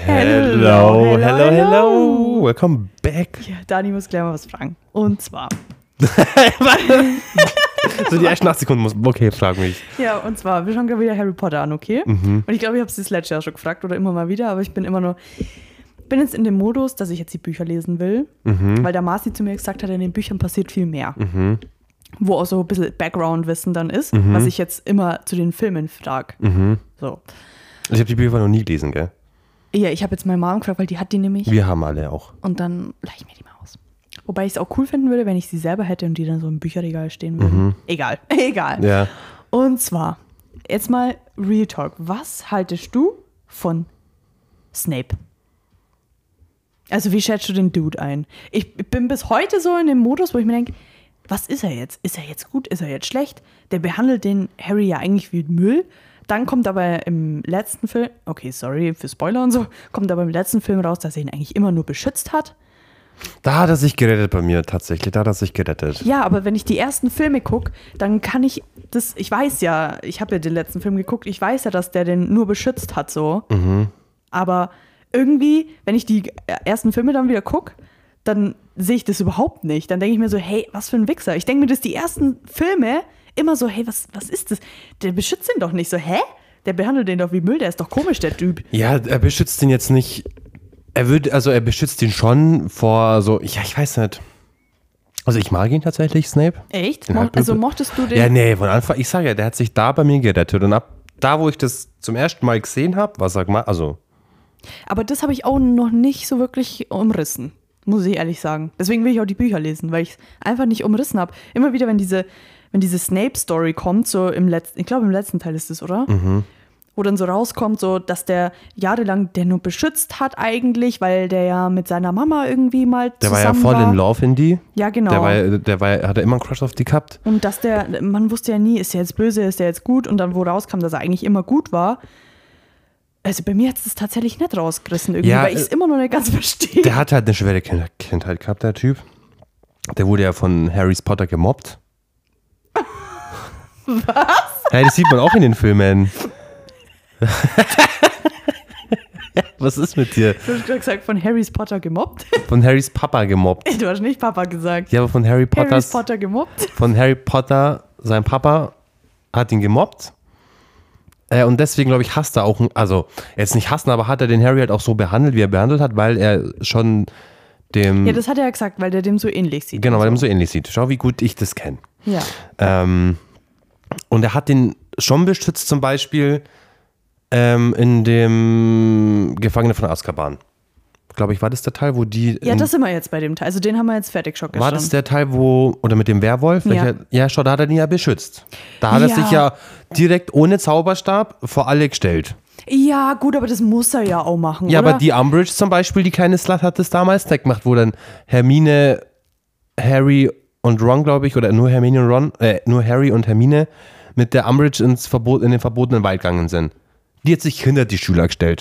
Hello. Welcome back. Ja, Dani muss gleich mal was fragen. Und zwar. So die ersten 8 Sekunden muss. Okay, frag mich. Ja, und zwar, wir schauen gerade wieder Harry Potter an, okay? Und ich glaube, ich habe es das letzte Jahr schon gefragt oder immer mal wieder, aber ich bin jetzt in dem Modus, dass ich jetzt die Bücher lesen will, weil der Marci zu mir gesagt hat, in den Büchern passiert viel mehr. Wo auch so ein bisschen Background-Wissen dann ist, was ich jetzt immer zu den Filmen frage. So. Ich habe die Bücher noch nie gelesen, gell? Ja, ich habe jetzt meine Mom gefragt, weil die hat die nämlich. Wir haben alle auch. Und dann leih ich mir die mal aus. Wobei ich es auch cool finden würde, wenn ich sie selber hätte und die dann so im Bücherregal stehen würden. Egal. Ja. Und zwar, jetzt mal Real Talk. Was haltest du von Snape? Also wie schätzt du den Dude ein? Ich bin bis heute so in dem Modus, wo ich mir denke, was ist er jetzt? Ist er jetzt gut? Ist er jetzt schlecht? Der behandelt den Harry ja eigentlich wie Müll. Dann kommt aber im letzten Film, okay, sorry für Spoiler und so, kommt aber im letzten Film raus, dass er ihn eigentlich immer nur beschützt hat. Da hat er sich gerettet bei mir, tatsächlich. Da hat er sich gerettet. Ja, aber wenn ich die ersten Filme gucke, dann kann ich das, ich weiß ja, ich habe ja den letzten Film geguckt, ich weiß ja, dass der den nur beschützt hat, so. Aber irgendwie, wenn ich die ersten Filme dann wieder gucke, dann sehe ich das überhaupt nicht. Dann denke ich mir so, hey, was für ein Wichser. Ich denke mir, dass die ersten Filme immer so, hey, was ist das? Der beschützt ihn doch nicht. So, hä? Der behandelt den doch wie Müll, der ist doch komisch, der Typ. Ja, er beschützt ihn jetzt nicht. Er beschützt ihn schon vor so, ja, ich weiß nicht. Also ich mag ihn tatsächlich, Snape. Echt? Also mochtest du den? Ja, nee, von Anfang, ich sage ja, der hat sich da bei mir gerettet. Und ab da, wo ich das zum ersten Mal gesehen habe, Aber das habe ich auch noch nicht so wirklich umrissen, muss ich ehrlich sagen. Deswegen will ich auch die Bücher lesen, weil ich es einfach nicht umrissen habe. Immer wieder, wenn diese Snape-Story kommt, so im letzten Teil ist es, oder? Wo dann so rauskommt, so, dass der jahrelang der nur beschützt hat eigentlich, weil der ja mit seiner Mama irgendwie mal der zusammen war ja voll in love in die. Ja, genau. Hat er immer einen Crush auf die gehabt. Und man wusste ja nie, ist der jetzt böse, ist der jetzt gut? Und dann, wo rauskam, dass er eigentlich immer gut war. Also bei mir hat es das tatsächlich nicht rausgerissen irgendwie, weil ich es immer noch nicht ganz verstehe. Der hat halt eine schwere Kindheit gehabt, der Typ. Der wurde ja von Harry Potter gemobbt. Was? Hey, das sieht man auch in den Filmen. Was ist mit dir? Du hast gerade gesagt, von Harry Potter gemobbt? Von Harrys Papa gemobbt. Du hast nicht Papa gesagt. Ja, aber von Harry Potter gemobbt? Von Harry Potter, sein Papa hat ihn gemobbt. Und deswegen, glaube ich, hasst er auch, also jetzt nicht hassen, aber hat er den Harry halt auch so behandelt, wie er behandelt hat, weil er schon dem... Ja, das hat er ja gesagt, weil der dem so ähnlich sieht. Genau, weil er dem so ähnlich sieht. Schau, wie gut ich das kenne. Ja. Und er hat den schon beschützt, zum Beispiel in dem Gefangene von Azkaban. Glaube ich, war das der Teil, wo die... Ja, das sind wir jetzt bei dem Teil. Also den haben wir jetzt fertig schon. War das der Teil, oder mit dem Werwolf? Ja, schau, da hat er ihn ja beschützt. Da hat er sich ja direkt ohne Zauberstab vor alle gestellt. Ja, gut, aber das muss er ja auch machen, ja, oder? Aber die Umbridge zum Beispiel, die kleine Slut, hat das damals nicht gemacht, wo dann Hermine, Harry und Ron, glaube ich, oder nur Hermine und Ron, nur Harry und Hermine mit der Umbridge in den verbotenen Wald gegangen sind. Die hat sich hinter die Schüler gestellt.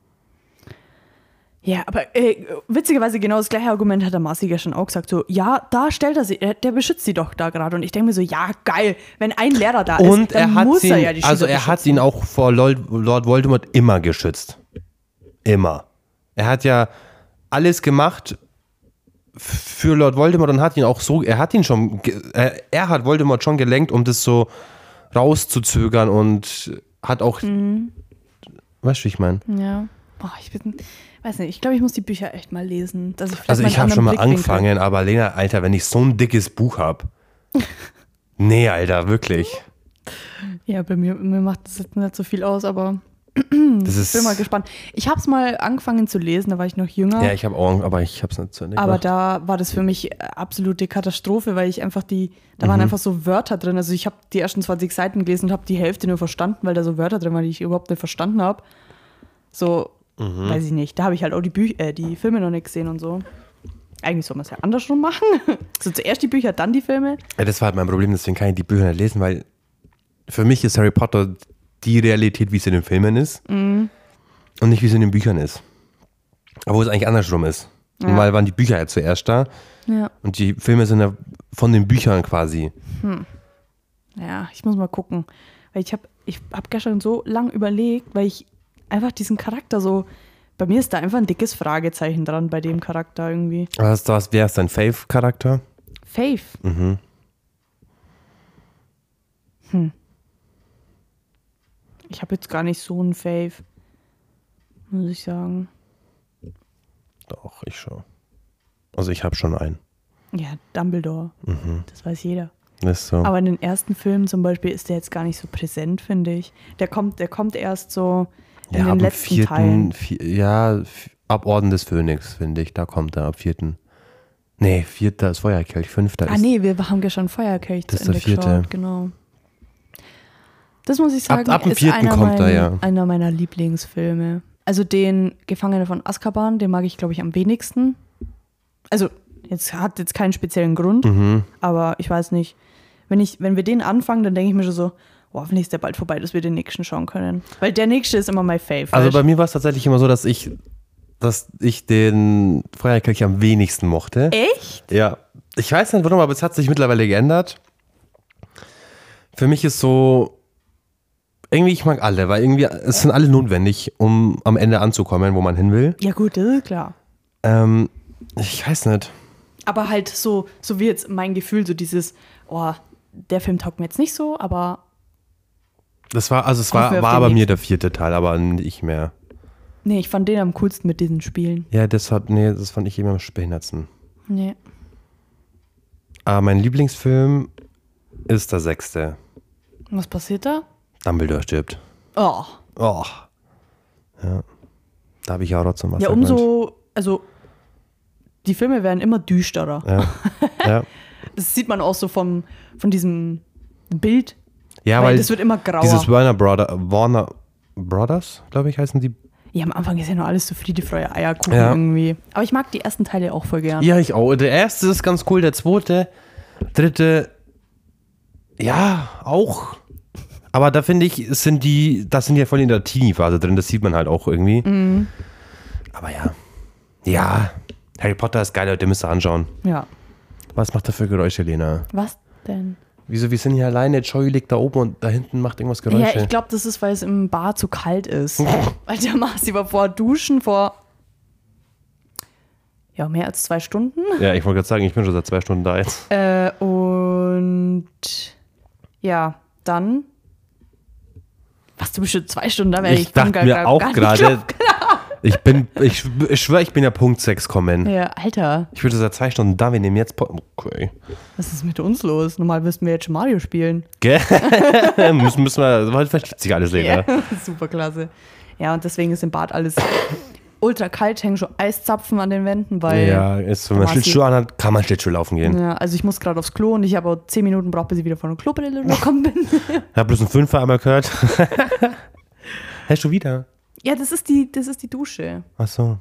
Ja, aber witzigerweise genau das gleiche Argument hat der Marci ja schon auch gesagt. So, ja, da stellt er sie, der beschützt sie doch da gerade. Und ich denke mir so, ja, geil, wenn ein Lehrer da ist, dann muss er ja die Schüler beschützen. Er hat ihn auch vor Lord Voldemort immer geschützt. Immer. Er hat ja alles gemacht für Lord Voldemort und hat ihn auch so, er hat Voldemort schon gelenkt, um das so rauszuzögern und hat auch, weißt du, wie ich meine? Ja. Boah, weiß nicht, ich glaube, ich muss die Bücher echt mal lesen. Also ich habe schon mal angefangen, aber Lena, Alter, wenn ich so ein dickes Buch habe. Nee, Alter, wirklich. Ja, bei mir macht das jetzt nicht so viel aus, aber ich bin mal gespannt. Ich habe es mal angefangen zu lesen, da war ich noch jünger. Ja, ich habe auch, aber ich habe es nicht zu Ende gemacht. Aber da war das für mich absolute Katastrophe, weil ich einfach da waren einfach so Wörter drin. Also ich habe die ersten 20 Seiten gelesen und habe die Hälfte nur verstanden, weil da so Wörter drin waren, die ich überhaupt nicht verstanden habe. So, weiß ich nicht. Da habe ich halt auch die Filme noch nicht gesehen und so. Eigentlich soll man es ja andersrum machen. So zuerst die Bücher, dann die Filme. Ja, das war halt mein Problem, deswegen kann ich die Bücher nicht lesen, weil für mich ist Harry Potter die Realität, wie es in den Filmen ist und nicht, wie es in den Büchern ist. Obwohl es eigentlich andersrum ist. Ja. Normal waren die Bücher ja zuerst da und die Filme sind ja von den Büchern quasi. Ja, ich muss mal gucken. Weil ich hab gestern so lang überlegt, weil ich einfach diesen Charakter so Bei mir ist da einfach ein dickes Fragezeichen dran bei dem Charakter irgendwie. Wer ist dein Fave-Charakter? Faith. Mhm. Ich habe jetzt gar nicht so einen Fave, muss ich sagen. Doch, ich schon. Also ich habe schon einen. Ja, Dumbledore. Das weiß jeder. Das ist so. Aber in den ersten Filmen zum Beispiel ist der jetzt gar nicht so präsent, finde ich. Der kommt erst so in den ab dem letzten Teilen. Ab Orden des Phönix, finde ich. Da kommt er ab 4. Nee, 4. ist Feuerkelch, 5. ist... Nee, wir haben ja schon Feuerkelch Das zu ist Ende der 4. geschaut, genau. Das muss ich sagen, Ab dem ist 4. kommt er, ja. einer meiner Lieblingsfilme. Also den Gefangene von Azkaban, den mag ich, glaube ich, am wenigsten. Also, hat jetzt keinen speziellen Grund, aber ich weiß nicht. Wenn wir den anfangen, dann denke ich mir schon so, hoffentlich ist der bald vorbei, dass wir den nächsten schauen können. Weil der nächste ist immer mein Fave. Also bei mir war es tatsächlich immer so, dass ich den Feuerkelch am wenigsten mochte. Echt? Ja. Ich weiß nicht warum, aber es hat sich mittlerweile geändert. Für mich ist so, irgendwie, ich mag alle, weil irgendwie, es sind alle notwendig, um am Ende anzukommen, wo man hin will. Ja gut, das ist klar. Ich weiß nicht. Aber halt so wie jetzt mein Gefühl, so dieses, der Film taugt mir jetzt nicht so, aber... Es war bei mir der 4. Teil, aber nicht mehr. Nee, ich fand den am coolsten mit diesen Spielen. Ja, das fand ich immer am behindertsten. Nee. Aber mein Lieblingsfilm ist der 6. Was passiert da? Dumbledore stirbt. Oh. Oh. Ja. Da habe ich auch Rotz und Wasser. Ja, also die Filme werden immer düsterer. Ja. Das sieht man auch so von diesem Bild. Ja, weil das wird immer grauer. Dieses Warner Brothers, glaube ich, heißen die. Ja, am Anfang ist ja noch alles so Friede, Freude, Eierkuchen irgendwie. Aber ich mag die ersten Teile auch voll gern. Ja, ich auch. Der erste ist ganz cool, der 2., 3., ja, auch. Aber da finde ich, sind ja voll in der Teenie-Phase drin, das sieht man halt auch irgendwie. Aber ja. Ja, Harry Potter ist geil, Leute, müsst ihr anschauen. Ja. Was macht er für Geräusche, Lena? Was denn? Wieso, wir sind hier alleine, Joey liegt da oben und da hinten macht irgendwas Geräusche. Ja, ich glaube, das ist, weil es im Bar zu kalt ist. Weil der Marci war vor Duschen vor mehr als 2 Stunden. Ja, ich wollte gerade sagen, ich bin schon seit 2 Stunden da jetzt. Und ja, dann warst du bestimmt 2 Stunden da, weil ich dachte mir auch gerade, ich schwöre, ich bin ja Punkt 6 kommen. Ja, Alter. Ich bin schon seit 2 Stunden da, wir nehmen jetzt... Okay. Was ist mit uns los? Normal müssten wir jetzt schon Mario spielen. Gell? müssen wir, heute verschließt sich alles, Lena. Ja, super klasse. Ja, und deswegen ist im Bad alles ultra kalt, hängen schon Eiszapfen an den Wänden, weil... Ja, wenn man Schlittschuhe anhat, kann man Schlittschuh laufen gehen. Ja, also ich muss gerade aufs Klo und ich habe auch 10 Minuten gebraucht, bis ich wieder von der Klobrille gekommen bin. Ich habe bloß einen 5er einmal gehört. Hast du wieder? Ja, das ist die Dusche. Ach so.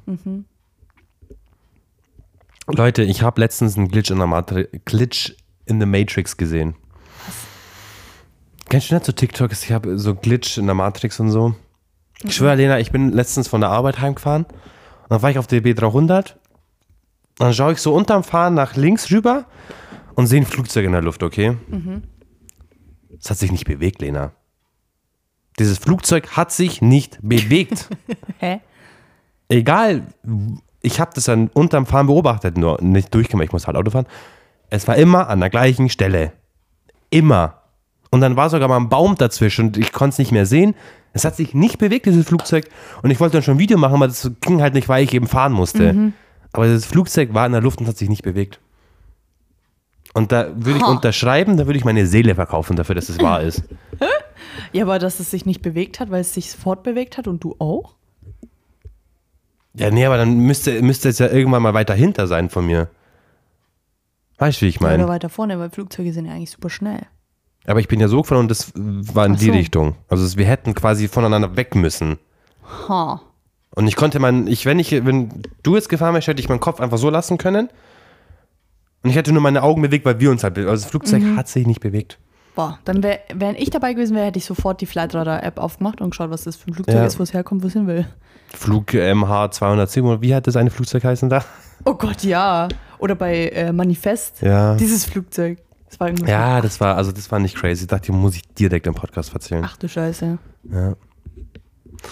Leute, ich habe letztens einen Glitch in the Matrix gesehen. Was? Kennst du nicht so TikToks? Ich habe so Glitch in der Matrix und so. Ich schwöre, Lena, ich bin letztens von der Arbeit heimgefahren und dann war ich auf der B300 und dann schaue ich so unterm Fahren nach links rüber und sehe ein Flugzeug in der Luft, okay? Es hat sich nicht bewegt, Lena. Dieses Flugzeug hat sich nicht bewegt. Hä? Egal, ich habe das dann unterm Fahren beobachtet, nur nicht durchgemacht, ich muss halt Auto fahren. Es war immer an der gleichen Stelle. Immer. Und dann war sogar mal ein Baum dazwischen und ich konnte es nicht mehr sehen. Es hat sich nicht bewegt, dieses Flugzeug. Und ich wollte dann schon ein Video machen, aber das ging halt nicht, weil ich eben fahren musste. Aber das Flugzeug war in der Luft und hat sich nicht bewegt. Und da würde ich unterschreiben, da würde ich meine Seele verkaufen dafür, dass es wahr ist. Ja, aber dass es sich nicht bewegt hat, weil es sich fortbewegt hat und du auch? Ja, nee, aber dann müsste es ja irgendwann mal weiter hinter sein von mir. Weißt du, wie ich meine? Oder weiter vorne, weil Flugzeuge sind ja eigentlich super schnell. Aber ich bin ja so gefahren und das war in die Richtung. Also wir hätten quasi voneinander weg müssen. Und ich konnte wenn du jetzt gefahren wärst, hätte ich meinen Kopf einfach so lassen können. Und ich hätte nur meine Augen bewegt, weil wir uns halt bewegt. Also das Flugzeug hat sich nicht bewegt. Boah, dann wenn ich dabei gewesen wäre, hätte ich sofort die Flightradar-App aufgemacht und geschaut, was das für ein Flugzeug ist, wo es herkommt, wo es hin will. Flug MH207, wie hat das eine Flugzeug heißen da? Oh Gott, ja. Oder bei Manifest, dieses Flugzeug. Das war irgendwas. Ja, das war nicht crazy. Ich dachte, muss ich direkt im Podcast erzählen. Ach du Scheiße. Ja.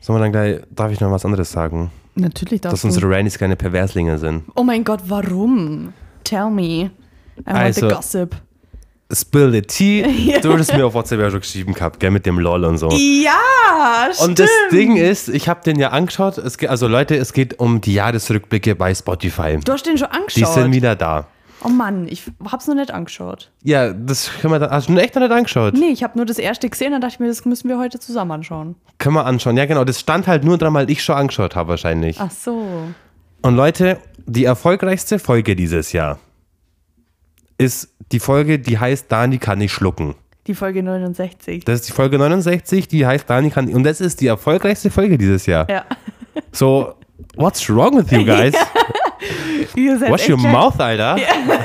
Sollen wir dann gleich, darf ich noch was anderes sagen? Natürlich darfst Dass unsere Randys keine Perverslinge sind. Oh mein Gott, warum? Tell me. I want the gossip. Spill the tea. Du hattest mir auf WhatsApp ja schon geschrieben gehabt, gell, mit dem LOL und so. Ja, stimmt. Und das Ding ist, ich habe den ja angeschaut. Also Leute, es geht um die Jahresrückblicke bei Spotify. Du hast den schon angeschaut? Die sind wieder da. Oh Mann, ich hab's noch nicht angeschaut. Ja, das können wir dann. Hast du echt noch nicht angeschaut? Nee, ich habe nur das erste gesehen, dann dachte ich mir, das müssen wir heute zusammen anschauen. Können wir anschauen. Ja, genau. Das stand halt nur dran, weil ich schon angeschaut habe, wahrscheinlich. Ach so. Und Leute, die erfolgreichste Folge dieses Jahr ist die Folge, die heißt Dani kann nicht schlucken. Die Folge 69. Das ist die Folge 69, die heißt Dani kann nicht. Und das ist die erfolgreichste Folge dieses Jahr. Ja. So, what's wrong with you guys? Ihr seid Wash echt your mouth, Alter.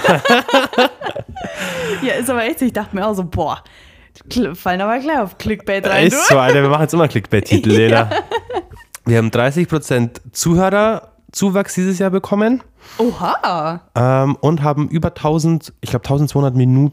Ja, ist aber echt so. Ich dachte mir auch so, boah, fallen aber gleich auf Clickbait rein. Ist so, Alter, wir machen jetzt immer Clickbait-Titel, Lena. Wir haben 30% Zuhörerzuwachs dieses Jahr bekommen. Oha. Und haben über 1200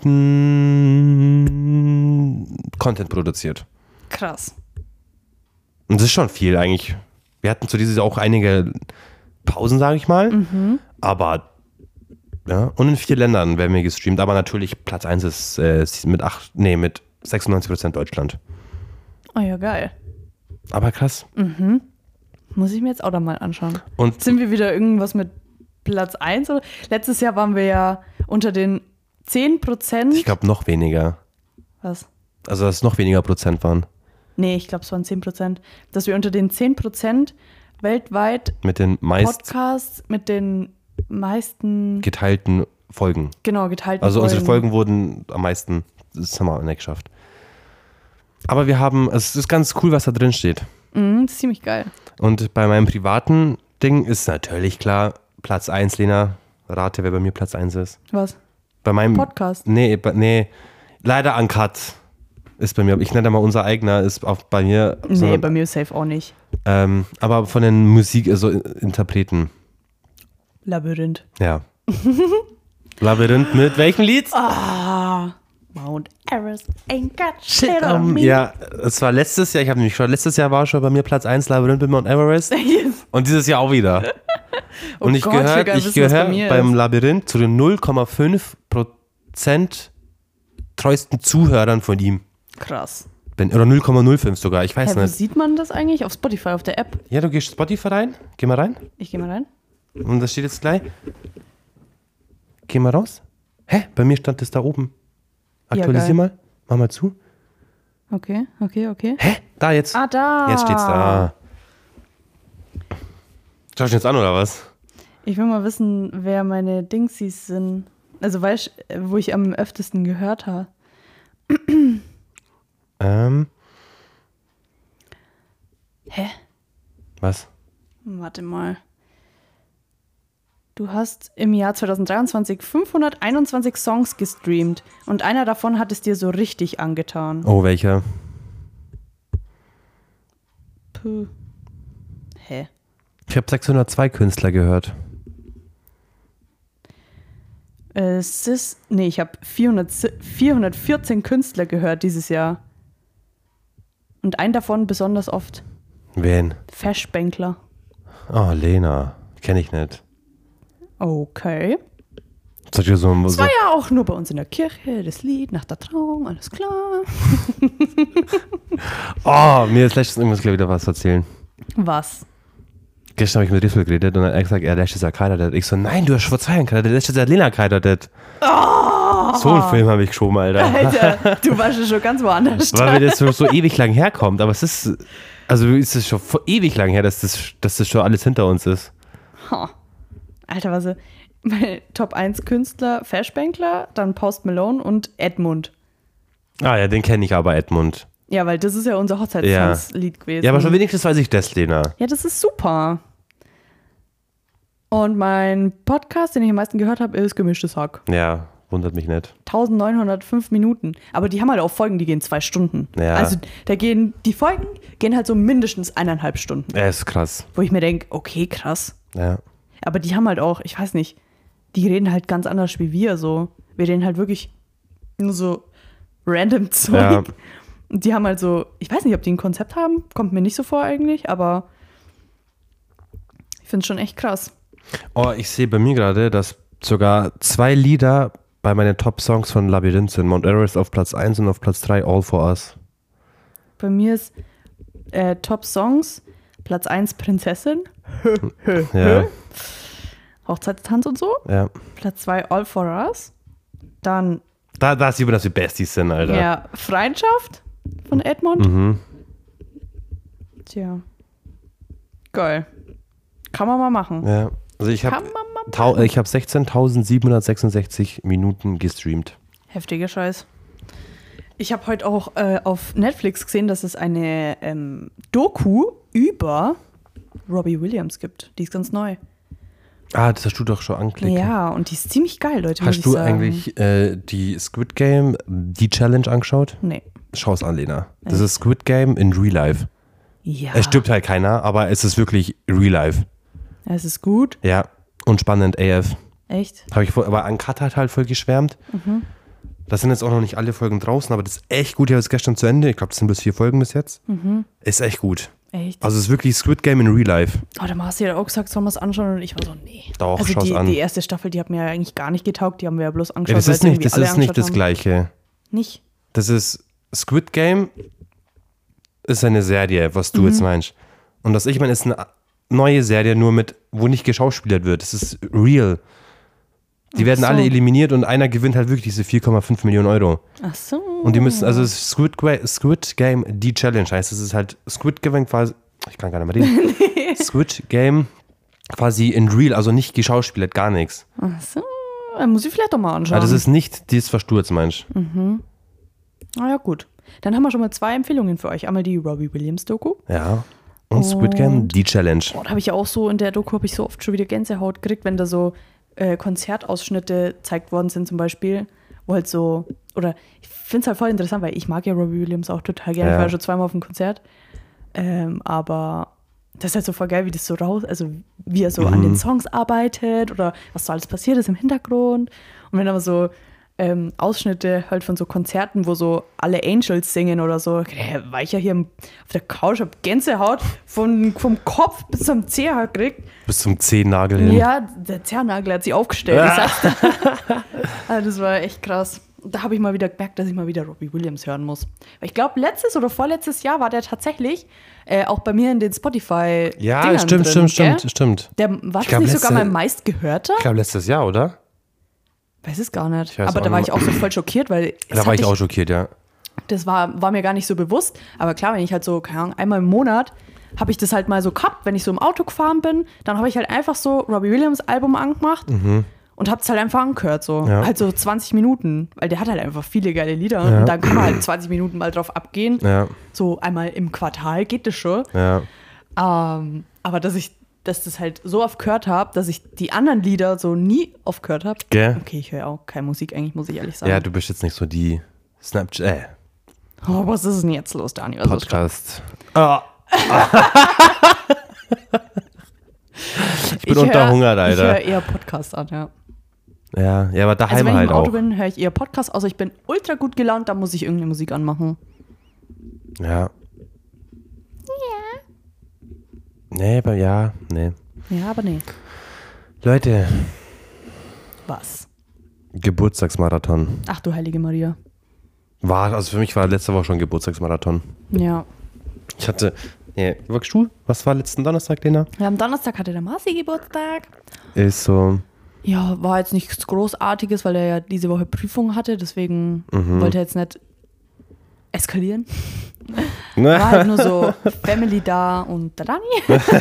Minuten Content produziert. Krass. Und das ist schon viel eigentlich. Wir hatten zu dieses Jahr auch einige Pausen, sage ich mal. Aber, ja, und in 4 Ländern werden wir gestreamt. Aber natürlich Platz 1 ist mit 96% Deutschland. Oh ja, geil. Aber krass. Muss ich mir jetzt auch da mal anschauen. Und Sind wir wieder irgendwas mit Platz 1? Oder? Letztes Jahr waren wir ja unter den 10%. ich glaube noch weniger. Was? Also, dass es noch weniger Prozent waren. Nee, ich glaube, es waren 10%. Dass wir unter den 10% weltweit Mit den meist Podcasts mit den meisten geteilten Folgen. genau geteilten Also unsere Folgen wurden am meisten, das haben wir nicht geschafft. Aber wir haben, es ist ganz cool, was da drin steht. Das ist ziemlich geil. Und bei meinem privaten Ding ist natürlich klar, Platz 1, Lena. Rate, wer bei mir Platz 1 ist. Was? Bei meinem Podcast? Nee, leider Uncut ist bei mir. Ich nenne da mal unser eigener, ist auch bei mir. Nee, bei mir safe auch nicht. Aber von den Musik, also Interpreten. Labyrinth. Ja. Labyrinth mit welchem Lied? Mount Everest ain't got shit on me. Ja, es war letztes Jahr, ich habe nämlich schon, letztes Jahr war schon bei mir Platz 1 Labyrinth mit Mount Everest. Yes. Und dieses Jahr auch wieder. Oh Und ich Gott, gehöre will gar wissen, was bei mir beim ist. Labyrinth zu den 0,5% treuesten Zuhörern von ihm. Krass. Oder 0,05 sogar, ich weiß Wo nicht. sieht man das eigentlich? Auf Spotify, auf der App? Ja, du gehst Spotify rein, geh mal rein. Ich gehe mal rein. Und das steht jetzt gleich. Geh mal raus. Hä? Bei mir stand das da oben. Aktualisier geil. mal. Mach mal zu. Okay. Hä? Da jetzt. Ah, da. Jetzt steht's da. Schau ich jetzt an, oder was? Ich will mal wissen, wer meine Dingsies sind. Also weißt du, wo ich am öftesten gehört habe. Hä? Was? Warte mal. Du hast im Jahr 2023 521 Songs gestreamt und einer davon hat es dir so richtig angetan. Oh, welcher? Puh. Hä? Ich habe 602 Künstler gehört. Ich habe 414 Künstler gehört dieses Jahr. Und einen davon besonders oft. Wen? Feschbänkler. Oh, Lena. Kenne ich nicht. Okay. Das war Das war ja auch nur bei uns in der Kirche, das Lied nach der Trauung, alles klar. Oh, mir ist letztens irgendwas gleich wieder was erzählen. Was? Gestern habe ich mit Riffel geredet und dann hat er gesagt, er lässt es ja geheiratet. Ich so, nein, du hast vor 2 Jahren geheiratet, der lässt es ja Lena geheiratet. Oh! So einen Film habe ich geschoben, Alter. Alter, du warst ja schon ganz woanders. Weil mir das so ewig lang herkommt. Aber es ist, also ist es schon ewig lang her, dass das schon alles hinter uns ist. Huh. Alter, was? Mein Top 1 Künstler, Feschbänkler, dann Post Malone und Edmund. Ah ja, den kenne ich aber, Edmund. Ja, weil das ist ja unser Hochzeitslied gewesen. Ja, aber schon wenigstens weiß ich das, Lena. Ja, das ist super. Und mein Podcast, den ich am meisten gehört habe, ist Gemischtes Hack. Ja, wundert mich nicht. 1905 Minuten. Aber die haben halt auch Folgen, die gehen 2 Stunden. Ja. Also die Folgen gehen halt so mindestens 1,5 Stunden. Ja, ist krass. Wo ich mir denke, okay, krass. Ja. Aber die haben halt auch, ich weiß nicht, die reden halt ganz anders wie wir so. Wir reden halt wirklich nur so random Zeug. Ja. Und die haben halt so, ich weiß nicht, ob die ein Konzept haben, kommt mir nicht so vor eigentlich, aber ich finde es schon echt krass. Oh, ich sehe bei mir gerade, dass sogar 2 Lieder bei meinen Top-Songs von Labyrinth sind. Mount Everest auf Platz 1 und auf Platz 3 All For Us. Bei mir ist Top Songs, Platz 1 Prinzessin, Ja, Hochzeitstanz und so. ja. Platz 2 All For Us. Dann Da sieht man, dass wir Besties sind, Alter. ja, Freundschaft von Edmund. Mhm. Tja. Geil. Kann man mal machen. Ja. Also ich habe Kann man mal hab 16.766 Minuten gestreamt. Heftiger Scheiß. Ich habe heute auch auf Netflix gesehen, dass es eine Doku über Robbie Williams gibt. Die ist ganz neu. Ah, das hast du doch schon angeklickt. Ja, und die ist ziemlich geil, Leute. muss Hast ich du sagen. eigentlich die Squid Game, die Challenge angeschaut? Nee. Schau's an, Lena. Das ist Squid Game in Real Life. Ja. Es stirbt halt keiner, aber es ist wirklich Real Life. Es ist gut. Ja, und spannend AF. Echt? Aber an Kat hat halt voll geschwärmt. Da sind jetzt auch noch nicht alle Folgen draußen, aber das ist echt gut. Ich habe es gestern zu Ende. Ich glaube, das sind bis 4 Folgen bis jetzt. Ist echt gut. Echt? Also es ist wirklich Squid Game in Real Life. Oh, der Marci hat auch gesagt, sollen wir es anschauen? Und ich war so, nee. Doch, also schau's an. die erste Staffel, die hat mir ja eigentlich gar nicht getaugt. Die haben wir ja bloß Ja, angeschaut, das weil ist es nicht, irgendwie das, alle ist nicht das angeschaut haben. Gleiche. Nicht? Das ist Squid Game ist eine Serie, was du jetzt meinst. Und was ich meine, ist eine neue Serie, nur mit, wo nicht geschauspielert wird. Das ist real. Die werden so. alle eliminiert und einer gewinnt halt wirklich diese 4,5 Millionen Euro. Ach so. Und die müssen, also es ist Squid Game, die Challenge heißt, es ist halt Squid Game quasi, ich kann gar nicht mehr reden. Squid Game quasi in real, also nicht geschauspielert, gar nichts. Ach so. Dann muss ich vielleicht doch mal anschauen. Also das ist nicht dieses Versturz, meinst du? Ah ja, gut. Dann haben wir schon mal 2 Empfehlungen für euch. Einmal die Robbie Williams Doku. Ja. Und Squid Game, die Challenge. Boah, da habe ich ja auch so, in der Doku habe ich so oft schon wieder Gänsehaut gekriegt, wenn da so Konzertausschnitte gezeigt worden sind zum Beispiel, wo halt so, oder ich finde es halt voll interessant, weil ich mag ja Robbie Williams auch total gerne. Ja. Ich war ja schon 2-mal auf dem Konzert. Aber das ist halt so voll geil, wie das so also wie er so an den Songs arbeitet oder was so alles passiert ist im Hintergrund. Und wenn aber so Ausschnitte halt von so Konzerten, wo so alle Angels singen oder so, war ich ja hier auf der Couch, hab Gänsehaut vom Kopf bis zum Zeh gekriegt. Bis zum Zehennagel hin. Ja, der Zehennagel hat sich aufgestellt. Ich sag's dir. Also das war echt krass. Da habe ich mal wieder gemerkt, dass ich mal wieder Robbie Williams hören muss. Weil ich glaube, letztes oder vorletztes Jahr war der tatsächlich auch bei mir in den Spotify. Ja, Dingern stimmt. Der war Ich glaub, nicht sogar letzte- mein meistgehörter? Ich glaube, letztes Jahr, oder? Weiß es gar nicht. Ich weiß Aber auch da war nicht. ich auch so voll schockiert, weil Da war ich auch schockiert, ja. das war mir gar nicht so bewusst. Aber klar, wenn ich halt so, keine Ahnung, einmal im Monat habe ich das halt mal so gehabt, wenn ich so im Auto gefahren bin, dann habe ich halt einfach so Robbie Williams Album angemacht und habe es halt einfach angehört, so. Ja. Halt so 20 Minuten, weil der hat halt einfach viele geile Lieder Ja. und dann kann man halt 20 Minuten mal drauf abgehen. Ja, So einmal im Quartal geht das schon. ja. Aber dass das halt so oft gehört habe, dass ich die anderen Lieder so nie oft gehört habe. Gell? Okay, ich höre auch keine Musik eigentlich, muss ich ehrlich sagen. Ja, du bist jetzt nicht so die Snapchat, Oh, was ist denn jetzt los, Dani? Was ist Podcast. Ah. Ich bin Ich unterhungert, Ich Alter. höre eher Podcasts an, ja. Ja, aber daheim Also wenn halt ich im Auto auch. bin, höre ich eher Podcasts, außer ich bin ultra gut gelaunt, dann muss ich irgendeine Musik anmachen. Ja. Nee, nee. Ja, aber nee. Leute, Was? Geburtstagsmarathon. Ach du heilige Maria. Also für mich war letzte Woche schon Geburtstagsmarathon. Ja. Ich hatte, wirkst du? Was war letzten Donnerstag, Lena? Ja, am Donnerstag hatte der Marci Geburtstag. Ist so, Ja, war jetzt nichts Großartiges, weil er ja diese Woche Prüfungen hatte, deswegen wollte er jetzt nicht eskalieren. War halt nur so Family da und der Dani.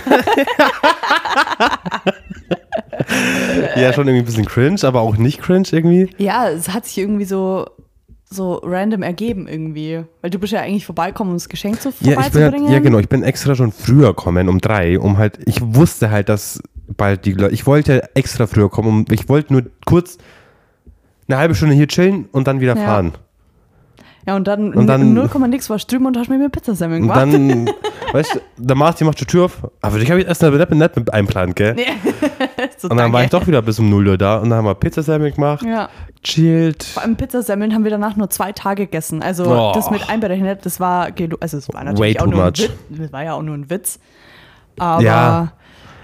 ja, schon irgendwie ein bisschen cringe, aber auch nicht cringe irgendwie. Ja, es hat sich irgendwie so random ergeben irgendwie. Weil du bist ja eigentlich vorbeikommen, um das Geschenk vorbeizubringen. Genau, ich bin extra schon früher gekommen, um 3, ich wusste halt, dass bald ich wollte extra früher kommen, ich wollte nur kurz eine halbe Stunde hier chillen und dann wieder Ja. fahren. Ja, und dann 0, nix war drüben und hast mir Pizzasemmeln Und gemacht. dann, weißt du, der Martin macht die Tür auf, aber ich habe jetzt erst nicht mit einplant, gell? Nee. So, Und dann war ich danke. doch wieder bis um 0 Uhr da und dann haben wir Pizzasemmeln gemacht, Ja. chillt. Vor allem Pizzasemmeln haben wir danach nur 2 Tage gegessen. Also Oh. das mit einberechnet, das war, also es war natürlich Way auch too nur ein much. Witz. Das war ja auch nur ein Witz. Aber Ja.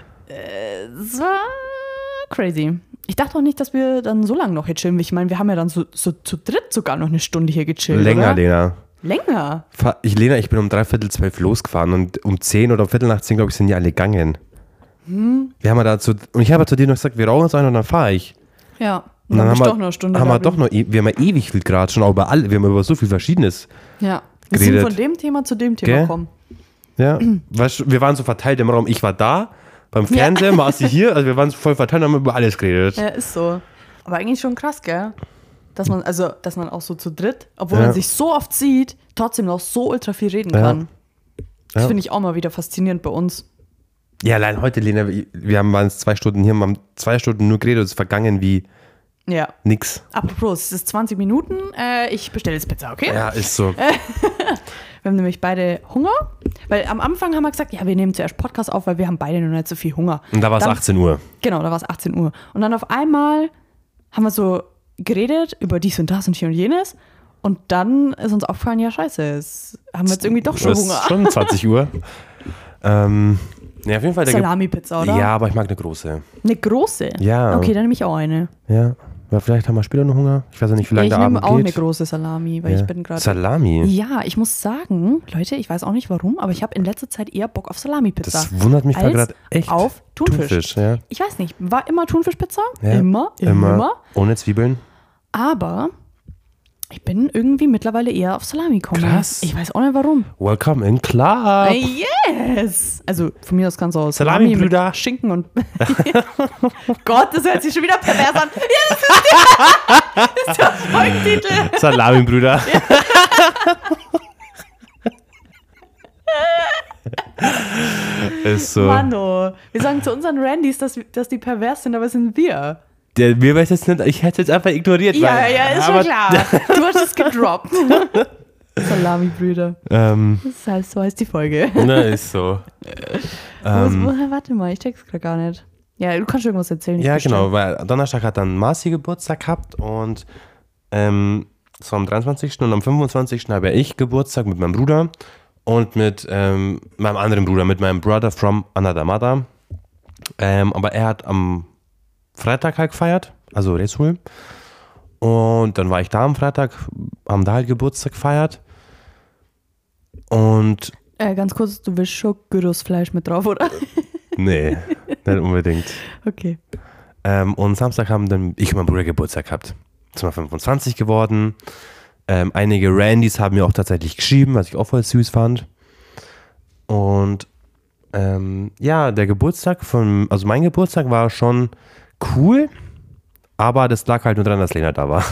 Es war crazy. Ich dachte auch nicht, dass wir dann so lange noch hier chillen. Ich meine, wir haben ja dann so zu dritt sogar noch eine Stunde hier gechillt. Länger, oder? Lena. Länger? Ich bin um 11:45 losgefahren und um 10 oder um 11:45, glaube ich, sind die alle gegangen. Wir haben ja dazu, und ich habe zu dir noch gesagt, wir rauchen uns ein und dann fahre ich. Ja. Und dann haben bist wir, doch noch eine Stunde haben da wir doch geblieben. noch, wir haben ja ewig viel gerade schon, wir haben über so viel Verschiedenes. Ja. Wir geredet. sind von dem Thema zu dem Thema Gell? gekommen. Ja, weißt du, wir waren so verteilt im Raum. Ich war da, beim Fernsehen war sie hier, also wir waren so voll verteilt und haben über alles geredet. Ja, ist so. Aber eigentlich schon krass, gell? Dass man auch so zu dritt, obwohl Ja. man sich so oft sieht, trotzdem noch so ultra viel reden kann. Das Ja. finde ich auch mal wieder faszinierend bei uns. Ja, allein heute, Lena, waren es 2 Stunden hier, wir haben 2 Stunden nur geredet, es ist vergangen wie Ja. nix. Apropos, es ist 20 Minuten. Ich bestelle jetzt Pizza, okay? Ja, ist so. Wir haben nämlich beide Hunger. Weil am Anfang haben wir gesagt, ja, wir nehmen zuerst Podcast auf, weil wir haben beide noch nicht so viel Hunger. Und da war es Dann- 18 Uhr. Genau, da war es 18 Uhr. Und dann auf einmal haben wir so geredet über dies und das und hier und jenes. Und dann ist uns aufgefallen, ja scheiße, haben wir jetzt irgendwie doch schon Es Hunger. ist schon 20 Uhr. Ja, auf jeden Fall. Salami-Pizza, oder? Ja, aber ich mag eine große. Eine große? Ja. Okay, dann nehme ich auch eine. Ja, weil vielleicht haben wir später noch Hunger. Ich weiß ja nicht, wie lange Ich der Abend nehme auch geht. eine große Salami, weil Ja. ich bin gerade... Salami. Ja, ich muss sagen, Leute, ich weiß auch nicht warum, aber ich habe in letzter Zeit eher Bock auf Salami-Pizza. Das wundert mich als gerade echt. auf Thunfisch. Ja. Ich weiß nicht, war immer Thunfischpizza? Ja. Immer. Ohne Zwiebeln. Aber ich bin irgendwie mittlerweile eher auf Salami gekommen. Krass. Ich weiß auch nicht warum. Welcome in Club. Yes! Also von mir aus kannst du auch Salami, Salami Brüder. mit Schinken und... Gott, das hört sich schon wieder pervers an. Ja, das ist der Folgentitel. Salami, Brüder. Ist so. Mano, wir sagen zu unseren Randys, dass die pervers sind, aber es sind wir. Mir weiß jetzt nicht, ich hätte es jetzt einfach ignoriert. Ja, weil, ja, ist schon klar. Du hast es gedroppt. Salami-Brüder. So heißt die Folge. Ne, ist so. Warte mal, ich check's gerade gar nicht. Ja, du kannst irgendwas erzählen. ich Ja, bestimme. genau, weil Donnerstag hat dann Marci Geburtstag gehabt und so am 23. und am 25. habe ich Geburtstag mit meinem Bruder und mit meinem anderen Bruder, mit meinem Brother from another mother. Aber er hat am Freitag halt gefeiert, also Resul. Und dann war ich da am Freitag, haben da halt Geburtstag gefeiert. Und Ganz kurz, du willst schon Gyros-Fleisch mit drauf, oder? nee, nicht unbedingt. Okay. Und Samstag haben dann ich und mein Bruder Geburtstag gehabt. Sind wir 25 geworden. Einige Randys haben mir auch tatsächlich geschrieben, was ich auch voll süß fand. Und ja, der Geburtstag also mein Geburtstag war schon cool, aber das lag halt nur daran, dass Lena da war.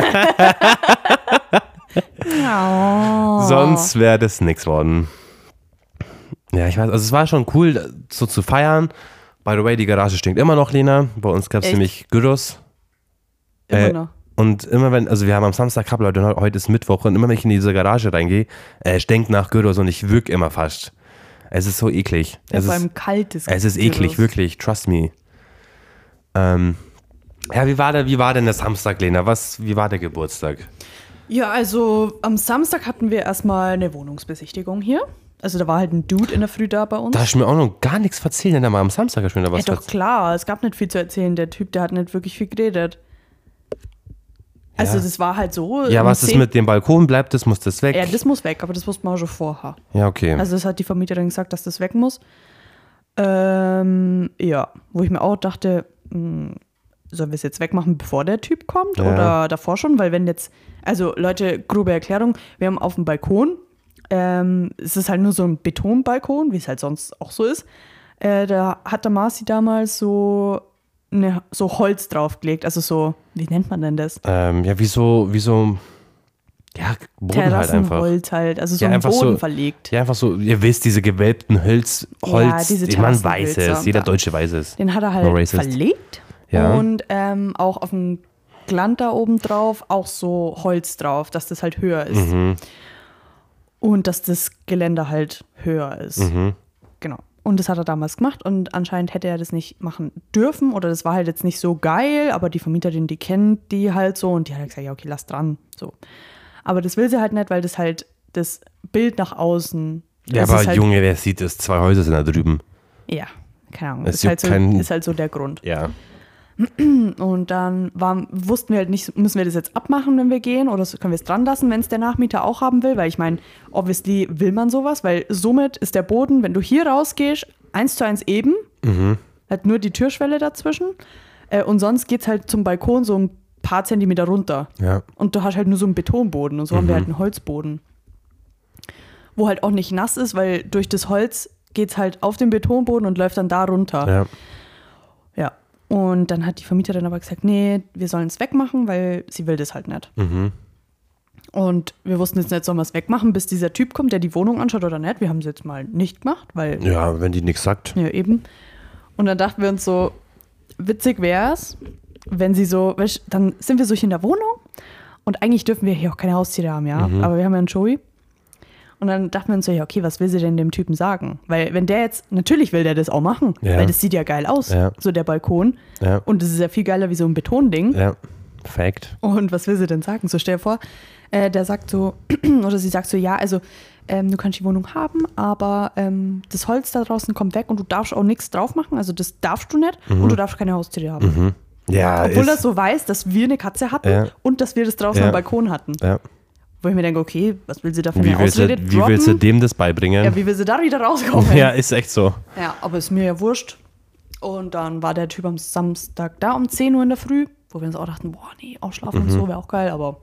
Ja. Sonst wäre das nichts worden. Ja, ich weiß, also es war schon cool, so zu feiern. By the way, die Garage stinkt immer noch, Lena. Bei uns gab es Echt? nämlich Gyros. Immer noch. Und immer wenn, also wir haben am Samstag gehabt, Leute, und heute ist Mittwoch und immer wenn ich in diese Garage reingehe, stinkt nach Gyros und ich würg immer fast. Es ist so eklig. Ja, es vor ist, allem kaltes es ist eklig, Gyros. wirklich, trust me. Ja, wie war denn der Samstag, Lena? Wie war der Geburtstag? Ja, also am Samstag hatten wir erstmal eine Wohnungsbesichtigung hier. Also da war halt ein Dude in der Früh da bei uns. Da hast du mir auch noch gar nichts erzählt, denn mal am Samstag hast du mir da Ja, was doch klar, es gab nicht viel zu erzählen. Der Typ, der hat nicht wirklich viel geredet. Also Ja. das war halt so. Ja, um was ist 10 mit dem Balkon? Bleibt das? Muss das weg? Ja, das muss weg, aber das wusste man auch schon vorher. Ja, okay. Also das hat die Vermieterin gesagt, dass das weg muss. Ja, wo ich mir auch dachte, sollen wir es jetzt wegmachen, bevor der Typ kommt Ja. oder davor schon? Weil wenn jetzt, also Leute, grobe Erklärung, wir haben auf dem Balkon, es ist halt nur so ein Betonbalkon, wie es halt sonst auch so ist. Da hat der Marci damals so Holz draufgelegt, also so, wie nennt man denn das? Ja, wie so, ja, Boden halt einfach. Terrassenholz halt, also so Ja, ein einfach Boden so- verlegt. Ja, einfach so, ihr wisst, diese gewölbten Holz, diese man weiß Terrassenhölzer. es, jeder Deutsche weiß es. Den hat er No halt racist. verlegt Ja. und auch auf dem Glant da oben drauf auch so Holz drauf, dass das halt höher ist. Mhm. Und dass das Geländer halt höher ist. Mhm. Genau. Und das hat er damals gemacht und anscheinend hätte er das nicht machen dürfen oder das war halt jetzt nicht so geil, aber die Vermieterin, die kennt die halt so und die hat halt gesagt, ja okay, lass dran, so. Aber das will sie halt nicht, weil das halt das Bild nach außen. Ja, aber halt, Junge, wer sieht das? 2 Häuser sind da drüben. Ja, keine Ahnung. Es Ist halt so der Grund. Ja. Und dann wussten wir halt nicht, müssen wir das jetzt abmachen, wenn wir gehen oder können wir es dran lassen, wenn es der Nachmieter auch haben will, weil ich meine, obviously will man sowas, weil somit ist der Boden, wenn du hier rausgehst, 1:1 eben, halt nur die Türschwelle dazwischen und sonst geht es halt zum Balkon so ein paar Zentimeter runter und du hast halt nur so einen Betonboden und so haben wir halt einen Holzboden, wo halt auch nicht nass ist, weil durch das Holz geht es halt auf den Betonboden und läuft dann da runter. Ja. Und dann hat die Vermieterin aber gesagt, nee, wir sollen es wegmachen, weil sie will das halt nicht. Und wir wussten jetzt nicht, sollen wir es wegmachen, bis dieser Typ kommt, der die Wohnung anschaut oder nicht. Wir haben es jetzt mal nicht gemacht, weil... Ja, wenn die nichts sagt. Ja, eben. Und dann dachten wir uns so, witzig wäre es, wenn sie so, weißt, dann sind wir so hier in der Wohnung und eigentlich dürfen wir hier auch keine Haustiere haben, ja. Aber wir haben ja einen Joey. Und dann dachten wir uns so, ja, okay, was will sie denn dem Typen sagen? Weil wenn der jetzt, natürlich will der das auch machen, weil das sieht ja geil aus, so der Balkon. Und das ist ja viel geiler wie so ein Betonding. Ja, Fact. Und was will sie denn sagen? So stell dir vor, der sagt so, oder sie sagt so, ja, also du kannst die Wohnung haben, aber das Holz da draußen kommt weg und du darfst auch nichts drauf machen, also das darfst du nicht und du darfst keine Haustiere haben. Ja, obwohl er so weiß, dass wir eine Katze hatten und dass wir das draußen am Balkon hatten. Ja. Wo ich mir denke, okay, was will sie da für eine Ausrede droppen? Wie willst du dem das beibringen? Ja, wie will sie da wieder rauskommen? Ja, ist echt so. Ja, aber ist mir ja wurscht. Und dann war der Typ am Samstag da um 10 Uhr in der Früh, wo wir uns auch dachten, boah, nee, ausschlafen und so wäre auch geil, aber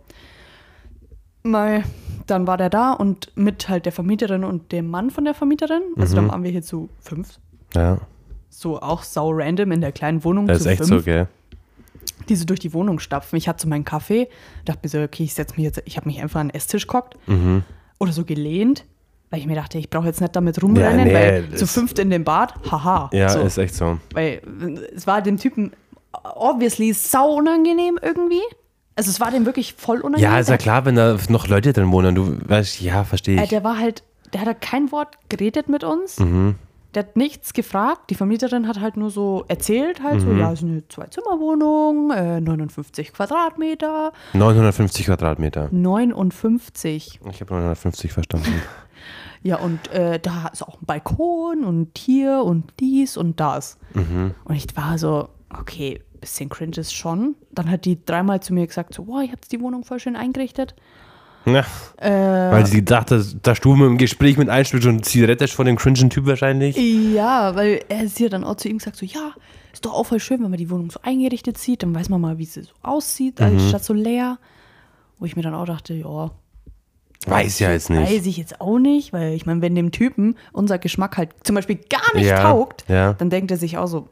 dann war der da und mit halt der Vermieterin und dem Mann von der Vermieterin, also dann waren wir hier zu 5. Ja. So auch sau random in der kleinen Wohnung das zu 5. Das ist echt so, gell? Die so durch die Wohnung stapfen. Ich hatte so meinen Kaffee, dachte mir so, okay, ich habe mich einfach an den Esstisch gehockt oder so gelehnt, weil ich mir dachte, ich brauche jetzt nicht damit rumrennen, weil zu 5 in dem Bad, haha. Ja, so. Ist echt so. Weil es war dem Typen obviously sau unangenehm irgendwie. Also es war dem wirklich voll unangenehm. Ja, ist ja klar, wenn da noch Leute drin wohnen, du weißt, ja, verstehe ich. Der hat halt kein Wort geredet mit uns. Der hat nichts gefragt. Die Vermieterin hat halt nur so erzählt, halt so, ja, es ist eine 2-Zimmer-Wohnung, 59 Quadratmeter. 950 Quadratmeter. 59. Ich habe 950 verstanden. Ja, und da ist auch ein Balkon und hier und dies und das. Und ich war so, okay, bisschen cringe ist schon. Dann hat die 3-mal zu mir gesagt, so, boah, ich habe die Wohnung voll schön eingerichtet. Ja, weil sie dachte, da du im Gespräch mit einspielst und Zigarette von dem cringen Typ wahrscheinlich. Ja, weil sie hat dann auch zu ihm gesagt, so, ja, ist doch auch voll schön, wenn man die Wohnung so eingerichtet sieht, dann weiß man mal, wie sie so aussieht, anstatt so leer. Wo ich mir dann auch dachte, ja, weiß ja jetzt nicht. Weiß ich jetzt auch nicht, weil ich meine, wenn dem Typen unser Geschmack halt zum Beispiel gar nicht taugt, dann denkt er sich auch so,